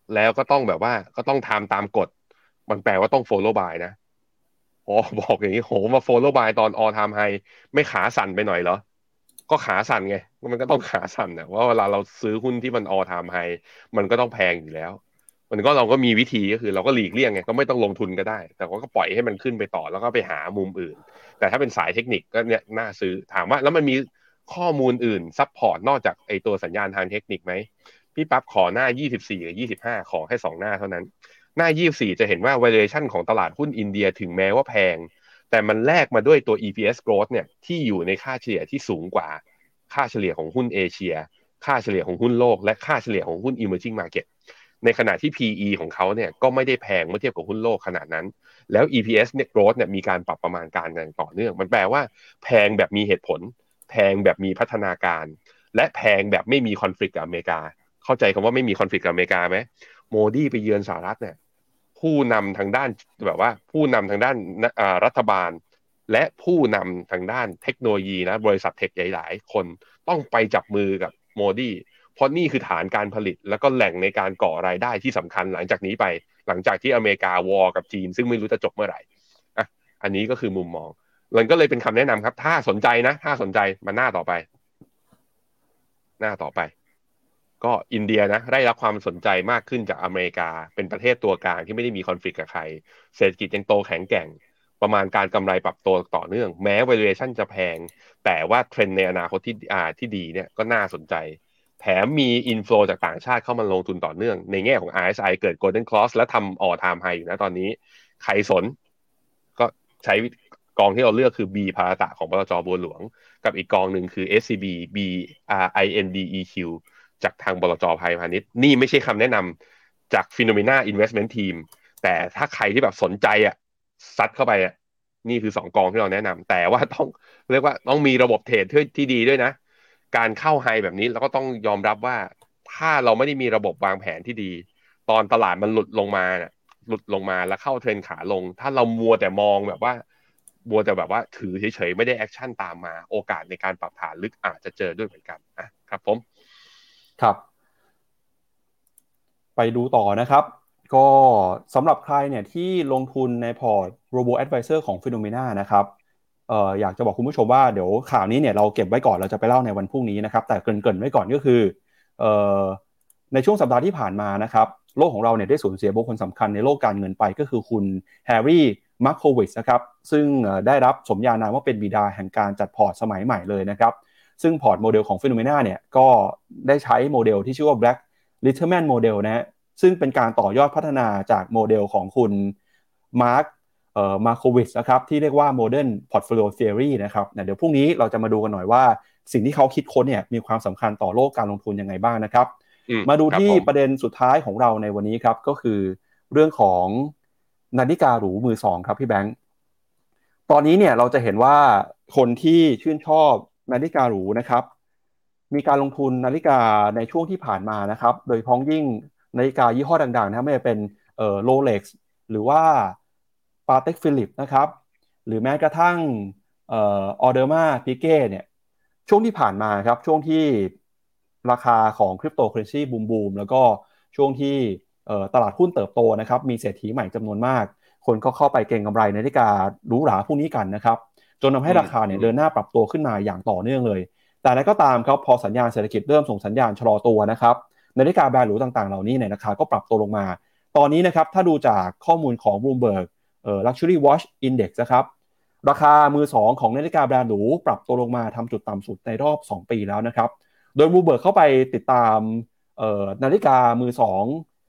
แล้วก็ต้องแบบว่าก็ต้องทำตามกฎมันแปลว่าต้อง follow by นะบอกอย่างนี้โหมา follow by ตอน all time high ไม่ขาสั่นไปหน่อยเหรอก็ขาสั่นไงมันก็ต้องขาสั่นนะว่าเวลาเราซื้อหุ้นที่มัน all time high มันก็ต้องแพงอยู่แล้วมันก็เราก็มีวิธีก็คือเราก็หลีกเลี่ยงไงก็ไม่ต้องลงทุนก็ได้แต่ก็ปล่อยให้มันขึ้นไปต่อแล้วก็ไปหามุมอื่นแต่ถ้าเป็นสายเทคนิคก็เนี่ยน่าซื้อถามว่าแล้วมันมีข้อมูลอื่นซัพพอร์ตนอกจากไอตัวสัญญาณทางเทคนิคไหมพี่ปั๊บขอหน้า24กับ25ขอแค่2หน้าเท่านั้นหน้า24จะเห็นว่า valuation ของตลาดหุ้นอินเดียถึงแม้ว่าแพงแต่มันแลกมาด้วยตัว EPS growth เนี่ยที่อยู่ในค่าเฉลี่ยที่สูงกว่าค่าเฉลี่ยของหุ้นเอเชียค่าเฉลี่ยของหุ้นโลกและค่าเฉลี่ยของหุ้น emerging market ในขณะที่ PE ของเขาเนี่ยก็ไม่ได้แพงเมื่อเทียบกับหุ้นโลกขนาดนั้นแล้ว EPS เนี่ย growth เนี่ยมีการปรับประมาณการอย่างต่อเนื่องมันแปลว่าแพงแบบมีเหตุผลแพงแบบมีพัฒนาการและแพงแบบไม่มีคอนฟ lict กับอเมริกาเข้าใจคำว่าไม่มีคอนฟ lict กับอเมริกาไหมโมดีไปเยือนสหรัฐเนี่ยผู้นำทางด้านแบบว่าผู้นำทางด้านรัฐบาลและผู้นำทางด้านเทคโนโลยีนะบริษัทเทคใหญ่ๆคนต้องไปจับมือกับโมดีเพราะนี่คือฐานการผลิตแล้วก็แหล่งในการก่อรายได้ที่สำคัญหลังจากนี้ไปหลังจากที่อเมริกาวอร์กับจีนซึ่งไม่รู้จะจบเมื่อไหร่อ่ะอันนี้ก็คือมุมมองมันก็เลยเป็นคำแนะนำครับถ้าสนใจนะถ้าสนใจมาหน้าต่อไปก็อินเดียนะได้รับความสนใจมากขึ้นจากอเมริกาเป็นประเทศตัวกลางที่ไม่ได้มีคอนฟ lict กับใครเศรษฐกิจยังโตแข็งแกร่งประมาณการกำไรปรับตัวต่อเนื่องแม้ valuation จะแพงแต่ว่าเทรนด์ในอนาคตที่ดีเนี่ยก็น่าสนใจแถมมีอินฟลูจากต่างชาติเข้ามาลงทุนต่อเนื่องในแง่ของ RSI เกิด Golden Cross และทำ all time high อยู่นะตอนนี้ใครสนก็ใช้กองที่เราเลือกคือ B พาราตะของบลจ.บัวหลวงกับอีกกองหนึ่งคือ SCB BRINDEQ จากทางบลจ.ไทยพาณิชย์นี่ไม่ใช่คำแนะนำจาก Phenomena Investment Team แต่ถ้าใครที่แบบสนใจซัดเข้าไปนี่คือ2กองที่เราแนะนำแต่ว่าต้องเรียกว่าต้องมีระบบเทรดที่ดีด้วยนะการเข้าไฮแบบนี้เราก็ต้องยอมรับว่าถ้าเราไม่ได้มีระบบวางแผนที่ดีตอนตลาดมันหลุดลงมาแล้วเข้าเทรนขาลงถ้าเรามัวแต่มองแบบว่าถือเฉยๆไม่ได้แอคชั่นตามมาโอกาสในการปรับฐานลึกอาจจะเจอด้วยเหมือนกันครับผมครับไปดูต่อนะครับก็สำหรับใครเนี่ยที่ลงทุนในพอร์ต Robo Advisor ของ Phenomena นะครับอยากจะบอกคุณผู้ชมว่าเดี๋ยวข่าวนี้เนี่ยเราเก็บไว้ก่อนเราจะไปเล่าในวันพรุ่งนี้นะครับแต่เกริ่นไว้ก่อนก็คือเอ่อในช่วงสัปดาห์ที่ผ่านมานะครับโลกของเราเนี่ยได้สูญเสียบุคคลสำคัญในโลกการเงินไปก็คือคุณแฮร์รี่มาร์โควิชนะครับซึ่งได้รับสมญานามว่าเป็นบิดาแห่งการจัดพอร์ตสมัยใหม่เลยนะครับซึ่งพอร์ตโมเดลของ Phenomena เนี่ยก็ได้ใช้โมเดลที่ชื่อว่า Black Litterman Model นะฮะซึ่งเป็นการต่อยอดพัฒนาจากโมเดลของคุณมาร์คมาโควิชนะครับที่เรียกว่า Modern Portfolio Theory นะครับเดี๋ยวพรุ่งนี้เราจะมาดูกันหน่อยว่าสิ่งที่เขาคิดค้นเนี่ยมีความสำคัญต่อโลกการลงทุนยังไงบ้างนะครับมาดูที่ประเด็นสุดท้ายของเราในวันนี้ครับก็คือเรื่องของนาฬิกาหรูมือสองครับพี่แบงค์ตอนนี้เนี่ยเราจะเห็นว่าคนที่ชื่นชอบนาฬิกาหรูนะครับมีการลงทุนนาฬิกาในช่วงที่ผ่านมานะครับโดยเฉพาะยิ่งนาฬิกายี่ห้อดังๆนะไม่ว่าเป็นRolex หรือว่าปาเต็กฟิลิปนะครับหรือแม้กระทั่งออเดอร์มาปิเก้เนี่ยช่วงที่ผ่านมาครับช่วงที่ราคาของคริปโตเคอเรนซีบูมแล้วก็ช่วงที่ตลาดหุ้นเติบโตนะครับมีเศรษฐีใหม่จำนวนมากคนก็เข้าไปเก็งกำไรในนาฬิกาหรูหราพวกนี้กันนะครับจนทำให้ราคาเนี่ยเดินหน้าปรับตัวขึ้นมาอย่างต่อเนื่องเลยแต่อะไรก็ตามครับพอสัญญาณเศรษฐกิจเริ่มส่งสัญญาณชะลอตัวนะครับนาฬิกาแบรนด์หรูต่างๆเหล่านี้เนี่ยราคาก็ปรับตัวลงมาตอนนี้นะครับถ้าดูจากข้อมูลของ Bloomberg Luxury Watch Index นะครับราคามือสองของนาฬิกาแบรนด์หรูปรับตัวลงมาทำจุดต่ำสุดในรอบ2 ปีแล้วนะครับโดย Bloomberg เข้าไปติดตามนาฬิกามือสอง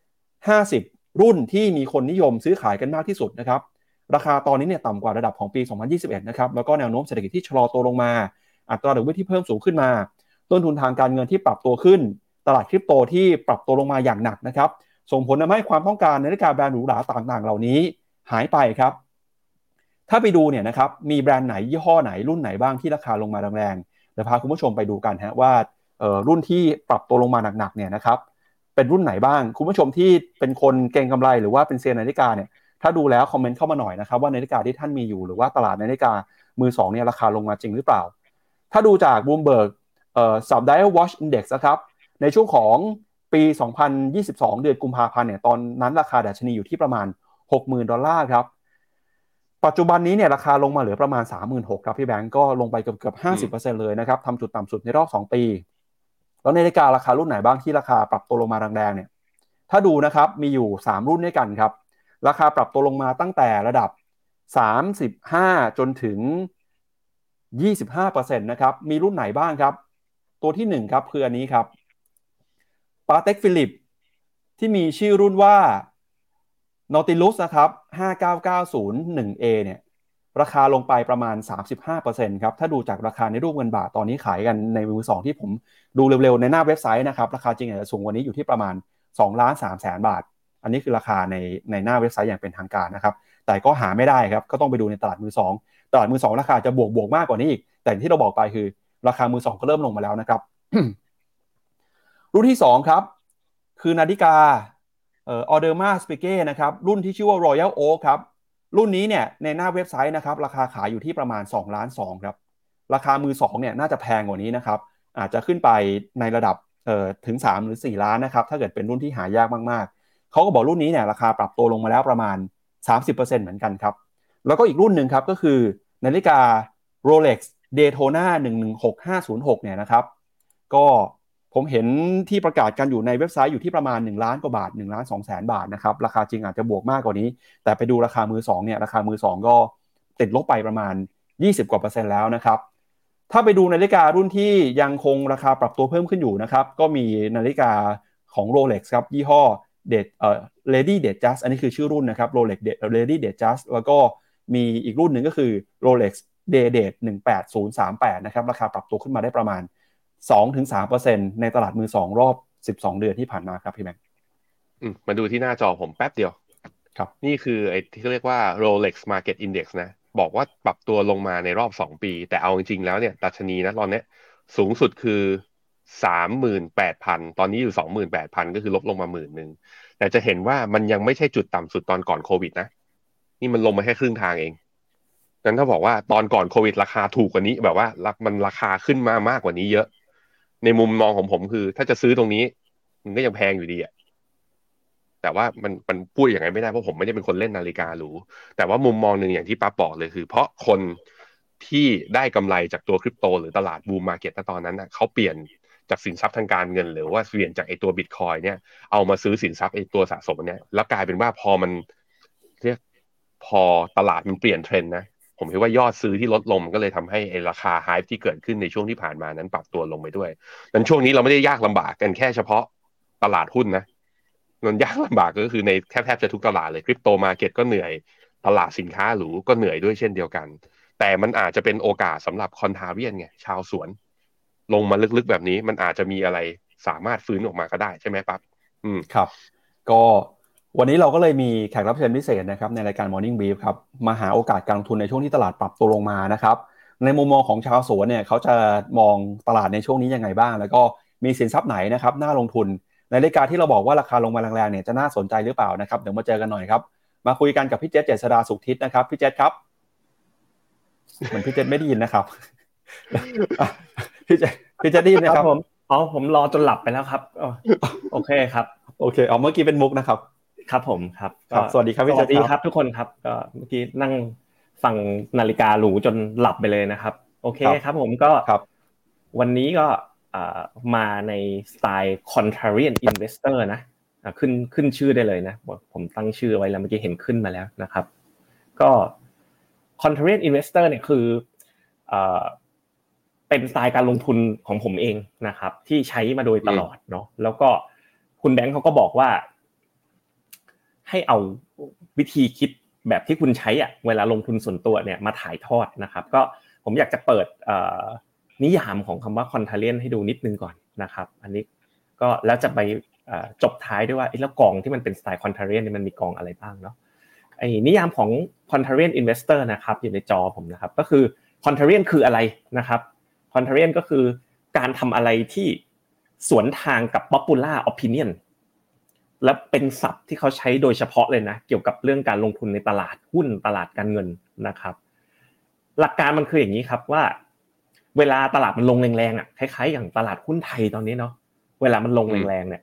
50รุ่นที่มีคนนิยมซื้อขายกันมากที่สุดนะครับราคาตอนนี้เนี่ยต่ำกว่าระดับของปี2021นะครับแล้วก็แนวโน้มเศรษฐกิจที่ชะลอตัวลงมาอัตราดอกเบี้ยที่เพิ่มสูงขึ้นมาต้นทุนทางการเงินที่ปรับตัวขึ้นตลาดคริปโตที่ปรับตัวลงมาอย่างหนักนะครับส่งผลทำให้ความต้องการนาฬิกาแบรนด์หรูหราต่างๆเหล่านี้หายไปครับถ้าไปดูเนี่ยนะครับมีแบรนด์ไหนยี่ห้อไหนรุ่นไหนบ้างที่ราคาลงมาแรงๆเดี๋ยวพาคุณผู้ชมไปดูกันฮะว่ารุ่นที่ปรับตัวลงมาหนักๆเนี่ยนะครับเป็นรุ่นไหนบ้างคุณผู้ชมที่เป็นคนเก็งกำไรหรือว่าเป็นเซียนนาฬิกาเนี่ยถ้าดูแล้วคอมเมนต์เข้ามาหน่อยนะครับว่านาฬิกาที่ท่านมีอยู่หรือว่าตลาดนาฬิกามือสองเนี่ยราคาลงมาจริงหรือเปล่าถ้าดูจาก Bloomberg Subdial Watch Index นะครับในช่วงของปี2022เดือนกุมภาพันธ์เนี่ยตอนนั้นราคาดัชนีอยู่ที่ประมาณ $60,000 ครับปัจจุบันนี้เนี่ยราคาลงมาเหลือประมาณ 36,000 ครับพี่แบงก์ก็ลงไปเกือบ 50% เลยนะครับทำจุดต่ำสุดในรอบ2ปีแล้วนาฬิการาคารุ่นไหนบ้างที่ราคาปรับตัวลงมาแรงๆเนี่ยถ้าดูนะครับมีอยู่3รุ่นด้วยกันครับราคาปรับตัวลงมาตั้งแต่ระดับ35จนถึง25%นะครับมีรุ่นไหนบ้างครับตัวที่1ครับคืออันนี้ครับปาเต็กฟิลิปที่มีชื่อรุ่นว่า Nautilus นะครับ 59901A เนี่ยราคาลงไปประมาณ 35% ครับถ้าดูจากราคาในรูปเงินบาทตอนนี้ขายกันในมือสองที่ผมดูเร็วๆในหน้าเว็บไซต์นะครับราคาจริงอาจจะสูงกว่านี้อยู่ที่ประมาณ2,300,000 บาทอันนี้คือราคาในหน้าเว็บไซต์อย่างเป็นทางการนะครับแต่ก็หาไม่ได้ครับก็ต้องไปดูในตลาดมือสองตลาดมือสองราคาจะบวกมากกว่านี้อีกแต่ที่เราบอกไปคือราคามือสองก็เริ่มลงมาแล้วนะครับ รุ่นที่2ครับคือนาฬิกาออเดอร์มาสเปเก้นะครับรุ่นที่ชื่อว่า Royal Oak ครับรุ่นนี้เนี่ยในหน้าเว็บไซต์นะครับราคาขายอยู่ที่ประมาณ2.2 ล้านครับราคามือ2เนี่ยน่าจะแพงกว่านี้นะครับอาจจะขึ้นไปในระดับถึง3หรือ4ล้านนะครับถ้าเกิดเป็นรุ่นที่หายากมากๆเขาก็บอกรุ่นนี้เนี่ยราคาปรับตัวลงมาแล้วประมาณ 30% เหมือนกันครับแล้วก็อีกรุ่นหนึ่งครับก็คือนาฬิกา Rolex Daytona 116506เนี่ยนะครับก็ผมเห็นที่ประกาศกันอยู่ในเว็บไซต์อยู่ที่ประมาณ1ล้านกว่าบาท1ล้าน2แสนบาทนะครับราคาจริงอาจจะบวกมากกว่านี้แต่ไปดูราคามือ2เนี่ยราคามือ2ก็ติดลบไปประมาณ20กว่า%แล้วนะครับถ้าไปดูนาฬิการุ่นที่ยังคงราคาปรับตัวเพิ่มขึ้นอยู่นะครับก็มีนาฬิกาของ Rolex ครับยี่ห้อLady Datejust อันนี้คือชื่อรุ่นนะครับ Rolex Lady Datejust แล้วก็มีอีกรุ่นหนึ่งก็คือ Rolex Day-Date 18038นะครับราคาปรับตัวขึ้นมาได้ประมาณ2-3% ในตลาดมือ2รอบ12เดือนที่ผ่านมาครับพี่แบงค์มาดูที่หน้าจอผมแป๊บเดียวครับนี่คือไอ้ที่เรียกว่า Rolex Market Index นะบอกว่าปรับตัวลงมาในรอบ2ปีแต่เอาจริงๆแล้วเนี่ยดัชนีนะตอนนี้สูงสุดคือ 38,000 ตอนนี้อยู่ 28,000 ก็คือลบลงมา10,000แต่จะเห็นว่ามันยังไม่ใช่จุดต่ำสุดตอนก่อนโควิดนะนี่มันลงมาแค่ครึ่งทางเองงั้นถ้าบอกว่าตอนก่อนโควิดราคาถูกกว่านี้แบบว่ามันราคาขึ้นมามากกว่านี้เยอะในมุมมองของผมคือถ้าจะซื้อตรงนี้มันก็ยังแพงอยู่ดีอะแต่ว่ามันพูดอย่างไรไม่ได้เพราะผมไม่ได้เป็นคนเล่นนาฬิกาหรูแต่ว่ามุมมองหนึ่งอย่างที่ป๊าบอกเลยคือเพราะคนที่ได้กำไรจากตัวคริปโตหรือตลาดบูมมาร์เก็ตตอนนั้นนะเขาเปลี่ยนจากสินทรัพย์ทางการเงินหรือว่าเปลี่ยนจากไอตัวบิตคอยเนี่ยเอามาซื้อสินทรัพย์ไอตัวสะสมเนี่ยแล้วกลายเป็นว่าพอมันเรียกพอตลาดมันเปลี่ยนเทรนด์นะผมคิดว่ายอดซื้อที่ลดลงมันก็เลยทำให้ไอราคาไฮป์ที่เกิดขึ้นในช่วงที่ผ่านมานั้นปรับตัวลงไปด้วยนั้นช่วงนี้เราไม่ได้ยากลำบากกันแค่เฉพาะตลาดหุ้นนะมันยากลำบากก็คือในแทบจะทุกตลาดเลยคริปโตมาร์เก็ตก็เหนื่อยตลาดสินค้าหรูก็เหนื่อยด้วยเช่นเดียวกันแต่มันอาจจะเป็นโอกาสสำหรับคอนทราเวียนไงชาวสวนลงมาลึกๆแบบนี้มันอาจจะมีอะไรสามารถฟื้นออกมาก็ได้ใช่ไหมปั๊บครับก็วันนี้เราก็เลยมีแขกรับเชิญพิเศษนะครับในรายการ Morning Brief ครับมาหาโอกาสการลงทุนในช่วงที่ตลาดปรับตัวลงมานะครับในมุมมองของชาวสวนเนี่ยเขาจะมองตลาดในช่วงนี้ยังไงบ้างแล้วก็มีสินทรัพย์ไหนนะครับน่าลงทุนในรายการที่เราบอกว่าราคาลงมาแรงๆเนี่ยจะน่าสนใจหรือเปล่านะครับเดี๋ยวมาเจอกันหน่อยครับมาคุยกันกับพี่เจษ เจษฎาสุขทิศนะครับพี่เจษครับเหมือนพี่เจษไม่ได้ยินนะครับพี่เจษได้ยินนะครับผมรอจนหลับไปแล้วครับโอเคครับโอเคเมื่อกี้เป็นมุกนะครับครับผมครับสวัสดีครับพี่เจษสวัสดีครับทุกคนครับก็เมื่อกี้นั่งฟังนาฬิกาหรูจนหลับไปเลยนะครับโอเคครับผมก็วันนี้ก็มาในสไตล์ contrarian investor นะขึ้นชื่อได้เลยนะผมตั้งชื่อไว้แล้วเมื่อกี้เห็นขึ้นมาแล้วนะครับก็ contrarian investor เนี่ยคือเป็นสไตล์การลงทุนของผมเองนะครับที่ใช้มาโดยตลอดเนาะแล้วก็คุณแบงค์เขาก็บอกว่าให้เอาวิธีคิดแบบที่คุณใช้เวลาลงทุนส่วนตัวเนี่ยมาถ่ายทอดนะครับก็ผมอยากจะเปิดนิยามของคำว่า contrarian ให้ดูนิดนึงก่อนนะครับอันนี้ก็แล้วจะไปจบท้ายด้วยว่าแล้วกองที่มันเป็นสไตล์ contrarian นี่มันมีกองอะไรบ้างเนาะไอ้นิยามของ contrarian investor นะครับอยู่ในจอผมนะครับก็คือ contrarian คืออะไรนะครับ contrarian ก็คือการทำอะไรที่สวนทางกับ popular opinion และเป็นศัพท์ที่เขาใช้โดยเฉพาะเลยนะเกี่ยวกับเรื่องการลงทุนในตลาดหุ้นตลาดการเงินนะครับหลักการมันคืออย่างนี้ครับว่าเวลาตลาดมันลงแรงๆคล้ายๆอย่างตลาดหุ้นไทยตอนนี้เนาะเวลามันลงแรงๆเนี่ย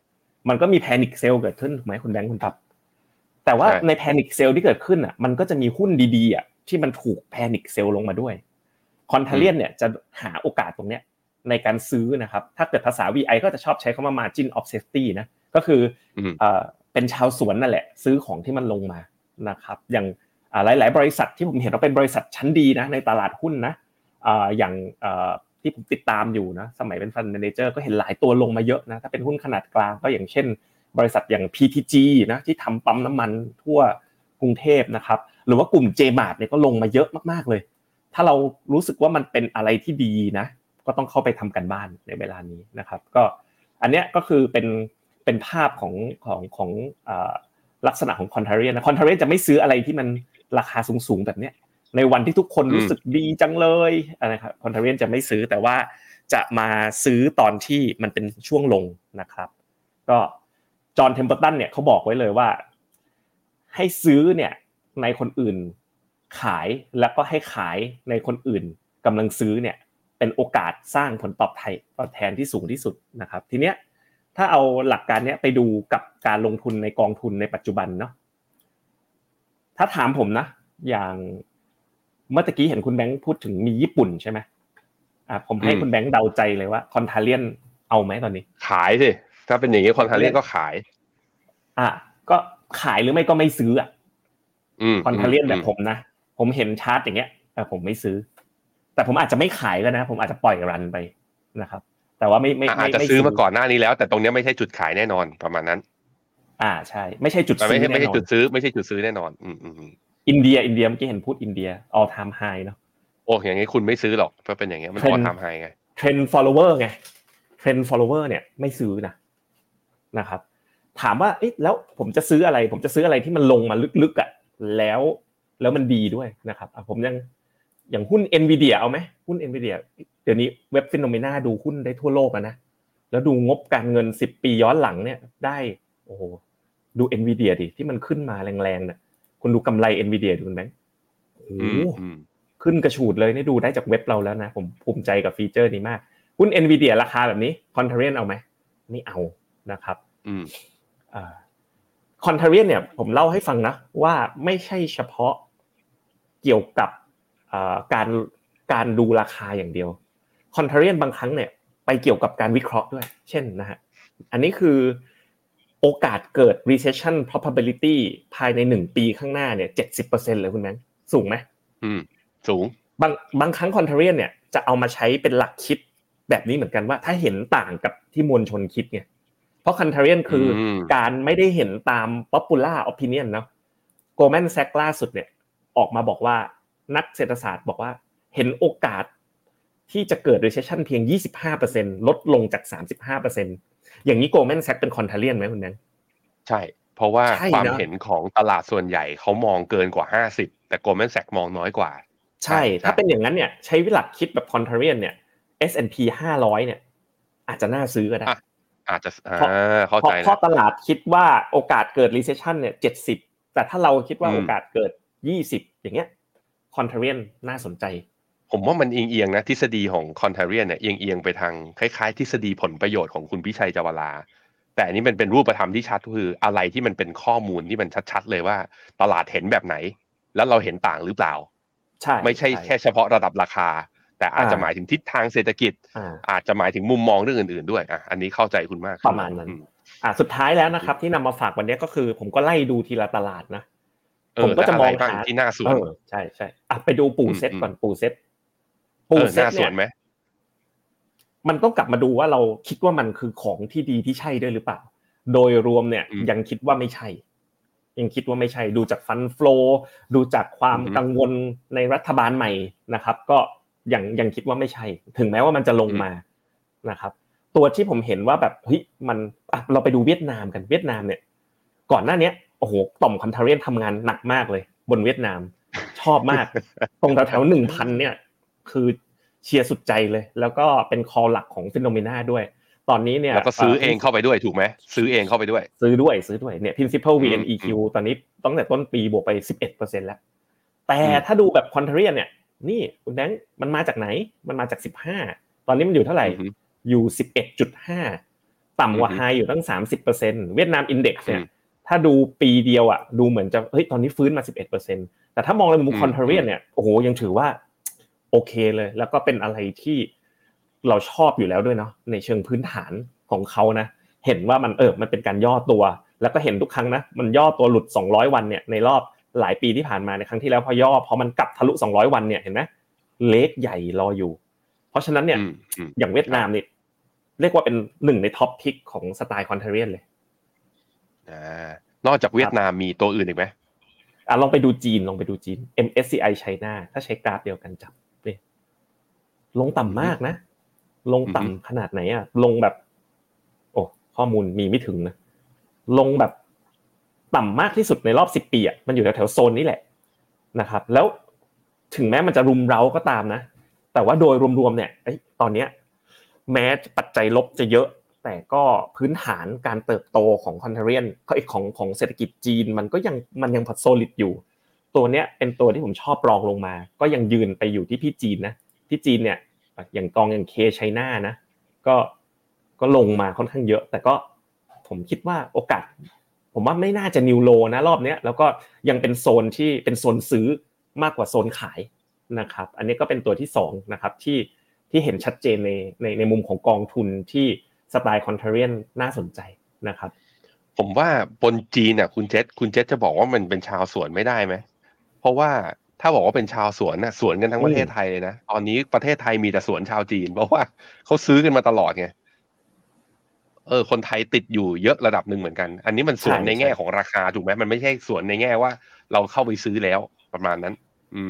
มันก็มีแพนิคเซลเกิดขึ้นถูกไหมคุณแบงค์คุณปั๊บแต่ว่าในแพนิคเซลที่เกิดขึ้นอ่ะมันก็จะมีหุ้นดีๆอ่ะที่มันถูกแพนิคเซลลงมาด้วยคอนทาเลียนเนี่ยจะหาโอกาสตรงเนี้ยในการซื้อนะครับถ้าเกิดภาษา VI ก็จะชอบใช้คำว่า margin of safety นะก็คือเป็นชาวสวนนั่นแหละซื้อของที่มันลงมานะครับอย่างหลายๆบริษัทที่ผมเห็นว่าเป็นบริษัทชั้นดีนะในตลาดหุ้นนะอย่างที่ผมติดตามอยู่นะสมัยเป็นฟันด์แมเนเจอร์ก็เห็นหลายตัวลงมาเยอะนะถ้าเป็นหุ้นขนาดกลางก็อย่างเช่นบริษัทอย่าง PTG นะที่ทำปั๊มน้ำมันทั่วกรุงเทพนะครับหรือว่ากลุ่ม J-Mart เนี่ยก็ลงมาเยอะมากๆเลยถ้าเรารู้สึกว่ามันเป็นอะไรที่ดีนะก็ต้องเข้าไปทำกันบ้านในเวลานี้นะครับก็อันเนี้ยก็คือเป็นภาพของลักษณะของคอนทราเรียนนะคอนทราเรียนจะไม่ซื้ออะไรที่มันราคาสูงๆแบบเนี้ยในวันที่ทุกคนรู้สึกดีจังเลยนะครับคอนทราเรียนจะไม่ซื้อแต่ว่าจะมาซื้อตอนที่มันเป็นช่วงลงนะครับก็จอห์นเทมเปอร์ตันเนี่ยเขาบอกไว้เลยว่าให้ซื้อเนี่ยในคนอื่นขายแล้วก็ให้ขายในคนอื่นกำลังซื้อเนี่ยเป็นโอกาสสร้างผลตอบแทนที่สูงที่สุดนะครับทีเนี้ยถ้าเอาหลักการเนี้ยไปดูกับการลงทุนในกองทุนในปัจจุบันเนาะถ้าถามผมนะอย่างเมื่อกี้เห็นคุณแบงค์พูดถึงมีญี่ปุ่นใช่ไหมผมให้คุณแบงค์เดาใจเลยว่าคอนทาเลียนเอาไหมตอนนี้ขายสิถ้าเป็นอย่างนี้คอนทาเลียนก็ขายก็ขายหรือไม่ก็ไม่ซื้อคอนทาเลียนแบบผมนะผมเห็นชาร์ตอย่างเงี้ยผมไม่ซื้อแต่ผมอาจจะไม่ขายก็นะผมอาจจะปล่อยรันไปนะครับแต่ว่าไม่อาจจะซื้อมาก่อนหน้านี้แล้วแต่ตรงนี้ไม่ใช่จุดขายแน่นอนประมาณนั้นใช่ไม่ใช่จุดซื้อแน่นอนไม่ใช่จุดซื้อไม่ใช่จุดซื้อแน่นอนอินเดียเมื่อกี้เห็นพูดอินเดีย all time high เนาะโอ้อย่างงี้คุณไม่ซื้อหรอกเพราะเป็นอย่างเงี้ยมัน all time high ไง trend follower ไง trend follower เนี่ยไม่ซื้อนะครับถามว่าแล้วผมจะซื้ออะไรที่มันลงมาลึกๆแล้วมันดีด้วยนะครับผมอย่างหุ้น Nvidia เอาไหมหุ้น Nvidia เดี๋ยวนี้เว็บ Phenomena ดูหุ้นได้ทั่วโลกนะแล้วดูงบการเงิน10ปีย้อนหลังเนี่ยได้โอ้โหดู Nvidia ดิที่มันขึ้นมาแรงๆน่ะคุณดูกำไร Nvidia ดูมั้ยโอ้โหขึ้นกระฉูดเลยนี่ดูได้จากเว็บเราแล้วนะผมภูมิใจกับฟีเจอร์นี้มากหุ้น Nvidia ราคาแบบนี้ Contrarian เอาไหมไม่เอานะครับContrarian เนี่ยผมเล่าให้ฟังนะว่าไม่ใช่เฉพาะเกี่ยวกับการดูราคาอย่างเดียว Contrarian บางครั้งเนี่ยไปเกี่ยวกับการวิเคราะห์ด้วยเช่นนะฮะอันนี้คือโอกาสเกิด recession probability ภายใน1ปีข้างหน้าเนี่ย 70% เลยคุณแบงค์สูงมั้ยสูงบางครั้ง Contrarian เนี่ยจะเอามาใช้เป็นหลักคิดแบบนี้เหมือนกันว่าถ้าเห็นต่างกับที่มวลชนคิดไงเพราะ Contrarian คือการไม่ได้เห็นตาม popular opinion เนาะ Goldman Sachs ล่าสุดเนี่ยออกมาบอกว่านักเศรษฐศาสตร์บอกว่าเห็นโอกาสที่จะเกิด recession เพียง 25% ลดลงจาก 35% อย่างนี้ Goldman Sachs เป็น Contrarian มั้ยคุณแบงค์ใช่เพราะว่าความเห็นของตลาดส่วนใหญ่เขามองเกินกว่า50แต่ Goldman Sachs มองน้อยกว่าใช่ถ้าเป็นอย่างนั้นเนี่ยใช้หลักคิดแบบ Contrarian เนี่ย S&P 500เนี่ยอาจจะน่าซื้อก็ได้อาจจะเข้าใจเพราะตลาดคิดว่าโอกาสเกิด recession เนี่ย70แต่ถ้าเราคิดว่าโอกาสเกิด20อย่างเงี้ย Contrarian น่าสนใจผมว่ามันเอียงๆนะทฤษฎีของ Contrarian เนี่ยเอียงไปทางคล้ายๆทฤษฎีผลประโยชน์ของคุณพิชัยจวราแต่อันนี้มันเป็นรูปธรรมที่ชัดคืออะไรที่มันเป็นข้อมูลที่มันชัดๆเลยว่าตลาดเห็นแบบไหนแล้วเราเห็นต่างหรือเปล่าใช่ไม่ใช่แค่เฉพาะระดับราคาแต่อาจจะหมายถึงทิศทางเศรษฐกิจอาจจะหมายถึงมุมมองเรื่องอื่นๆด้วยอันนี้เข้าใจคุณมากประมาณนั้นสุดท้ายแล้วนะครับที่นำมาฝากวันนี้ก็คือผมก็ไล่ดูทีละตลาดนะผมก็จะมองหาที่หน้าสวนใช่ๆไปดูปู่เซตก่อนปู่เซตเนี่ยมันต้องกลับมาดูว่าเราคิดว่ามันคือของที่ดีที่ใช่ด้วยหรือเปล่าโดยรวมเนี่ยยังคิดว่าไม่ใช่ดูจากฟันโฟลดูจากความกังวลในรัฐบาลใหม่นะครับก็ยังคิดว่าไม่ใช่ถึงแม้ว่ามันจะลงมานะครับตัวที่ผมเห็นว่าแบบเฮ้ยมันเราไปดูเวียดนามกันเวียดนามเนี่ยก่อนหน้านี้โอ้โหต่อม Contrarian ทำงานหนักมากเลยบนเวียดนามชอบมากตรงแถวๆ 1,000 เนี่ยคือเชียร์สุดใจเลยแล้วก็เป็นคอลหลักของ Phenomena ด้วยตอนนี้เนี่ยแล้วก็ซื้อเองเข้าไปด้วยถูกไหมซื้อเองเข้าไปด้วยซื้อด้วยเนี่ย Principal VNEQ ตอนนี้ตั้งแต่ต้นปีบวกไป 11% แล้วแต่ถ้าดูแบบ Contrarian เนี่ยนี่คุณแบงค์มันมาจากไหนมันมาจาก15ตอนนี้มันอยู่เท่าไหร่อยู่ 11.5 ต่ำกว่าไฮอยู่ตั้ง 30% เวียดนาม Index เนี่ยถ้าดูปีเดียวอ่ะดูเหมือนจะเฮ้ยตอนนี้ฟื้นมา 11% แต่ถ้ามองในมุม contrarian เนี่ยโอ้โหยังถือว่าโอเคเลยแล้วก็เป็นอะไรที่เราชอบอยู่แล้วด้วยเนาะในเชิงพื้นฐานของเขานะเห็นว่ามันมันเป็นการย่อตัวแล้วก็เห็นทุกครั้งนะมันย่อตัวหลุด200วันเนี่ยในรอบหลายปีที่ผ่านมาในครั้งที่แล้วพอมันกลับทะลุ200วันเนี่ยเห็นไหมเลขใหญ่รออยู่เพราะฉะนั้นเนี่ยอย่างเวียดนามนี่เรียกว่าเป็นหนึ่งในท็อปพิกของสไตล์ contrarian เลยนอกจากเวียดนามมีตัวอื่นอีกมั้ยลองไปดูจีนMSCI China ถ้าใช้กราฟเดียวกันจับนี่ลงต่ำมากนะลงต่ำขนาดไหนอ่ะลงแบบโอ้ข้อมูลมีไม่ถึงนะลงแบบต่ำมากที่สุดในรอบ10ปีอ่ะมันอยู่แถวๆโซนนี้แหละนะครับแล้วถึงแม้มันจะรุมเร้าก็ตามนะแต่ว่าโดยรวมๆเนี่ยตอนเนี้ยแม้ปัจจัยลบจะเยอะแต่ก็พื้นฐานการเติบโตของ contrarian ของเศรษฐกิจจีนมันยังพอ solid อยู่ตัวเนี้ยเป็นตัวที่ผมชอบรองลงมาก็ยังยืนไปอยู่ที่พี่จีนนะที่จีนเนี่ยอย่างกองอย่าง K China นะก็ลงมาค่อนข้างเยอะแต่ก็ผมคิดว่าโอกาสผมว่าไม่น่าจะนิวโลนะรอบนี้แล้วก็ยังเป็นโซนที่เป็นโซนซื้อมากกว่าโซนขายนะครับอันนี้ก็เป็นตัวที่2นะครับที่เห็นชัดเจนในมุมของกองทุนที่สไตล์ contrarian น่าสนใจนะครับผมว่าบนจีนน่ะคุณเจษจะบอกว่ามันเป็นชาวสวนไม่ได้ไหมเพราะว่าถ้าบอกว่าเป็นชาวสวนน่ะสวนกันทั้งประเทศไทยเลยนะตอนนี้ประเทศไทยมีแต่สวนชาวจีนเพราะว่าเขาซื้อกันมาตลอดไงคนไทยติดอยู่เยอะระดับนึงเหมือนกันอันนี้มันสวนในแง่ของราคาถูกไหมมันไม่ใช่สวนในแง่ว่าเราเข้าไปซื้อแล้วประมาณนั้น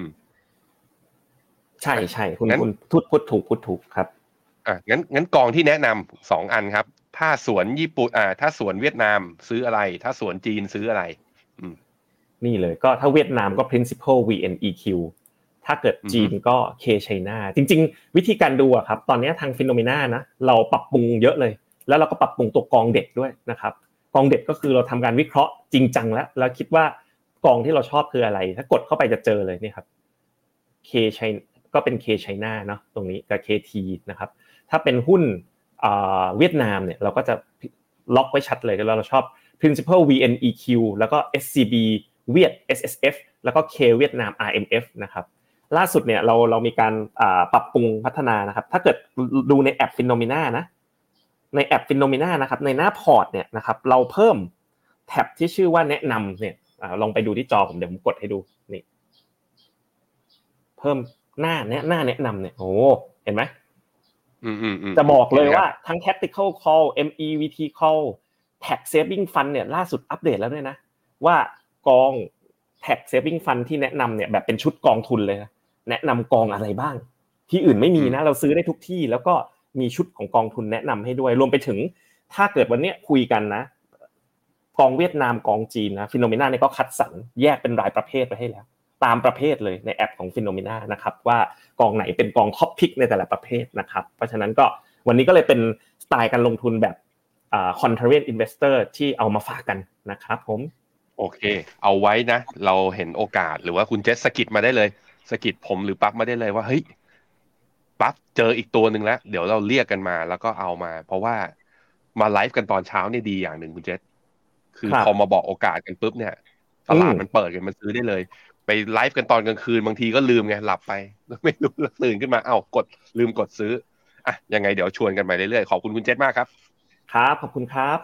ใช่ๆคุณพูดถูกครับงั้นกองที่แนะนำ2อันครับถ้าสวนญี่ปุ่นถ้าสวนเวียดนามซื้ออะไรถ้าสวนจีนซื้ออะไรนี่เลยก็ถ้าเวียดนามก็ principal VNEQ ถ้าเกิดจีนก็ K China จริงๆวิธีการดูอ่ะครับตอนนี้ทาง Phenomena นะเราปรับปรุงเยอะเลยแล้วเราก็ปรับปรุงตัวกองเด็ดด้วยนะครับกองเด็ดก็คือเราทำการวิเคราะห์จริงจังแล้วคิดว่ากองที่เราชอบคืออะไรถ้ากดเข้าไปจะเจอเลยนี่ครับ K China ก็เป็น K China เนาะตรงนี้กับ KT นะครับถ้าเป็นหุ้นเวียดนามเนี่ยเราก็จะล็อกไว้ชัดเลยแล้วเราชอบ principal VNEQ แล้วก็ SCB เวียด SSF แล้วก็ K เวียดนาม RMF นะครับล่าสุดเนี่ยเรามีการปรับปรุงพัฒนานะครับถ้าเกิดดูในแอป Phenomena นะในแอป Phenomena นะครับในหน้าพอร์ตเนี่ยนะครับเราเพิ่มแท็บที่ชื่อว่าแนะนำเนี่ยลองไปดูที่จอผมเดี๋ยวผมกดให้ดูนี่เพิ่มหน้าแนะนำเนี่ยโอ้เห็นไหมจะบอกเลยว่าทั้ง tactical call MEVT call tax saving fund เนี่ยล่าสุดอัปเดตแล้วด้วยนะว่ากอง tax saving fund ที่แนะนำเนี่ยแบบเป็นชุดกองทุนเลยนะแนะนำกองอะไรบ้างที่อื่นไม่มีนะเราซื้อได้ทุกที่แล้วก็มีชุดของกองทุนแนะนำให้ด้วยรวมไปถึงถ้าเกิดวันนี้คุยกันนะกองเวียดนามกองจีนนะ Phenomena เนี่ยก็คัดสรรแยกเป็นรายประเภทไปให้แล้วตามประเภทเลยในแอปของ Phenomena นะครับว่ากองไหนเป็นกองท็อปพิกในแต่ละประเภทนะครับเพราะฉะนั้นก็วันนี้ก็เลยเป็นสไตล์การลงทุนแบบcontrarian investor ที่เอามาฝากกันนะครับผมโอเคเอาไว้นะเราเห็นโอกาสหรือว่าคุณเจษสกิดมาได้เลยสกิดผมหรือปั๊บมาได้เลยว่าเฮ้ยปั๊บเจออีกตัวนึงแล้วเดี๋ยวเราเรียกกันมาแล้วก็เอามาเพราะว่ามาไลฟ์กันตอนเช้านี่ดีอย่างนึงคุณเจษคือพอมาบอกโอกาสกันปุ๊บเนี่ยตลาดมันเปิดกันมันซื้อได้เลยไปไลฟ์กันตอนกลางคืนบางทีก็ลืมไงหลับไปไม่รู้ตื่นขึ้นมาลืมกดซื้อยังไงเดี๋ยวชวนกันไปเรื่อยๆขอบคุณคุณเจษมากครับครับขอบคุณครับ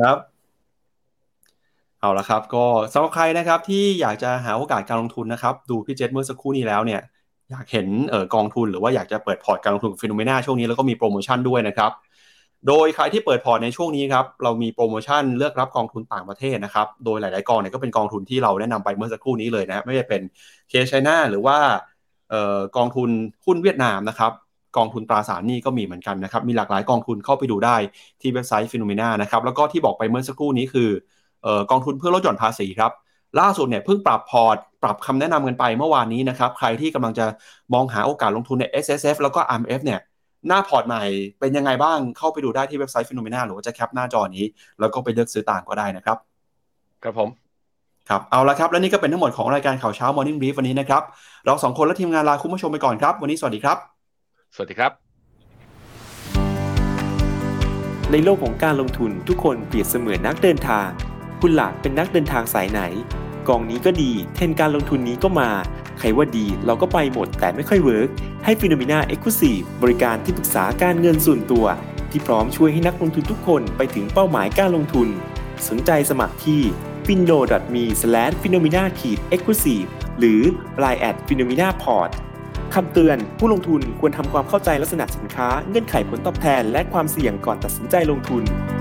เอาละครับก็สำหรับใครนะครับที่อยากจะหาโอกาสการลงทุนนะครับดูพี่เจษเมื่อสักครู่นี้แล้วเนี่ยอยากเห็นกองทุนหรือว่าอยากจะเปิดพอร์ตการลงทุนกับ Phenomena ช่วงนี้แล้วก็มีโปรโมชั่นด้วยนะครับโดยใครที่เปิดพอร์ตในช่วงนี้ครับเรามีโปรโมชั่นเลือกรับกองทุนต่างประเทศนะครับโดยหลายๆกองเนี่ยก็เป็นกองทุนที่เราแนะนำไปเมื่อสักครู่นี้เลยนะไม่ว่าเป็น K China หรือว่ากองทุนหุ้นเวียดนามนะครับกองทุนตราสารหนี้ก็มีเหมือนกันนะครับมีหลากหลายกองทุนเข้าไปดูได้ที่เว็บไซต์ Phenomena นะครับแล้วก็ที่บอกไปเมื่อสักครู่นี้คือกองทุนเพื่อลดหย่อนภาษีครับล่าสุดเนี่ยเพิ่งปรับพอร์ตปรับคำแนะนำกันไปเมื่อวานนี้นะครับใครที่กำลังจะมองหาโอกาสลงทุนใน SSF แล้วก็ RMF เนี่ยหน้าพอร์ตใหม่เป็นยังไงบ้างเข้าไปดูได้ที่เว็บไซต์ Phenomena หรือว่าจะแคปหน้าจอนี้แล้วก็ไปเลือกซื้อต่างก็ได้นะครับครับผมครับเอาละครับและนี่ก็เป็นทั้งหมดของรายการข่าวเช้า Morning Brief วันนี้นะครับเรา2คนและทีมงานลาคุณผู้ชมไปก่อนครับวันนี้สวัสดีครับสวัสดีครับในโลกของการลงทุนทุกคนเปรียบเสมือนนักเดินทางคุณล่ะเป็นนักเดินทางสายไหนกองนี้ก็ดีเทรนด์การลงทุนนี้ก็มาใครว่าดีเราก็ไปหมดแต่ไม่ค่อยเวิร์กให้ Phenomena Exclusive บริการที่ปรึกษาการเงินส่วนตัวที่พร้อมช่วยให้นักลงทุนทุกคนไปถึงเป้าหมายการลงทุนสนใจสมัครที่ fino.me/phenomena-exclusive หรือ line@ phenomena-port คำเตือนผู้ลงทุนควรทำความเข้าใจลักษณะสินค้าเงื่อนไขผลตอบแทนและความเสี่ยงก่อนตัดสินใจลงทุน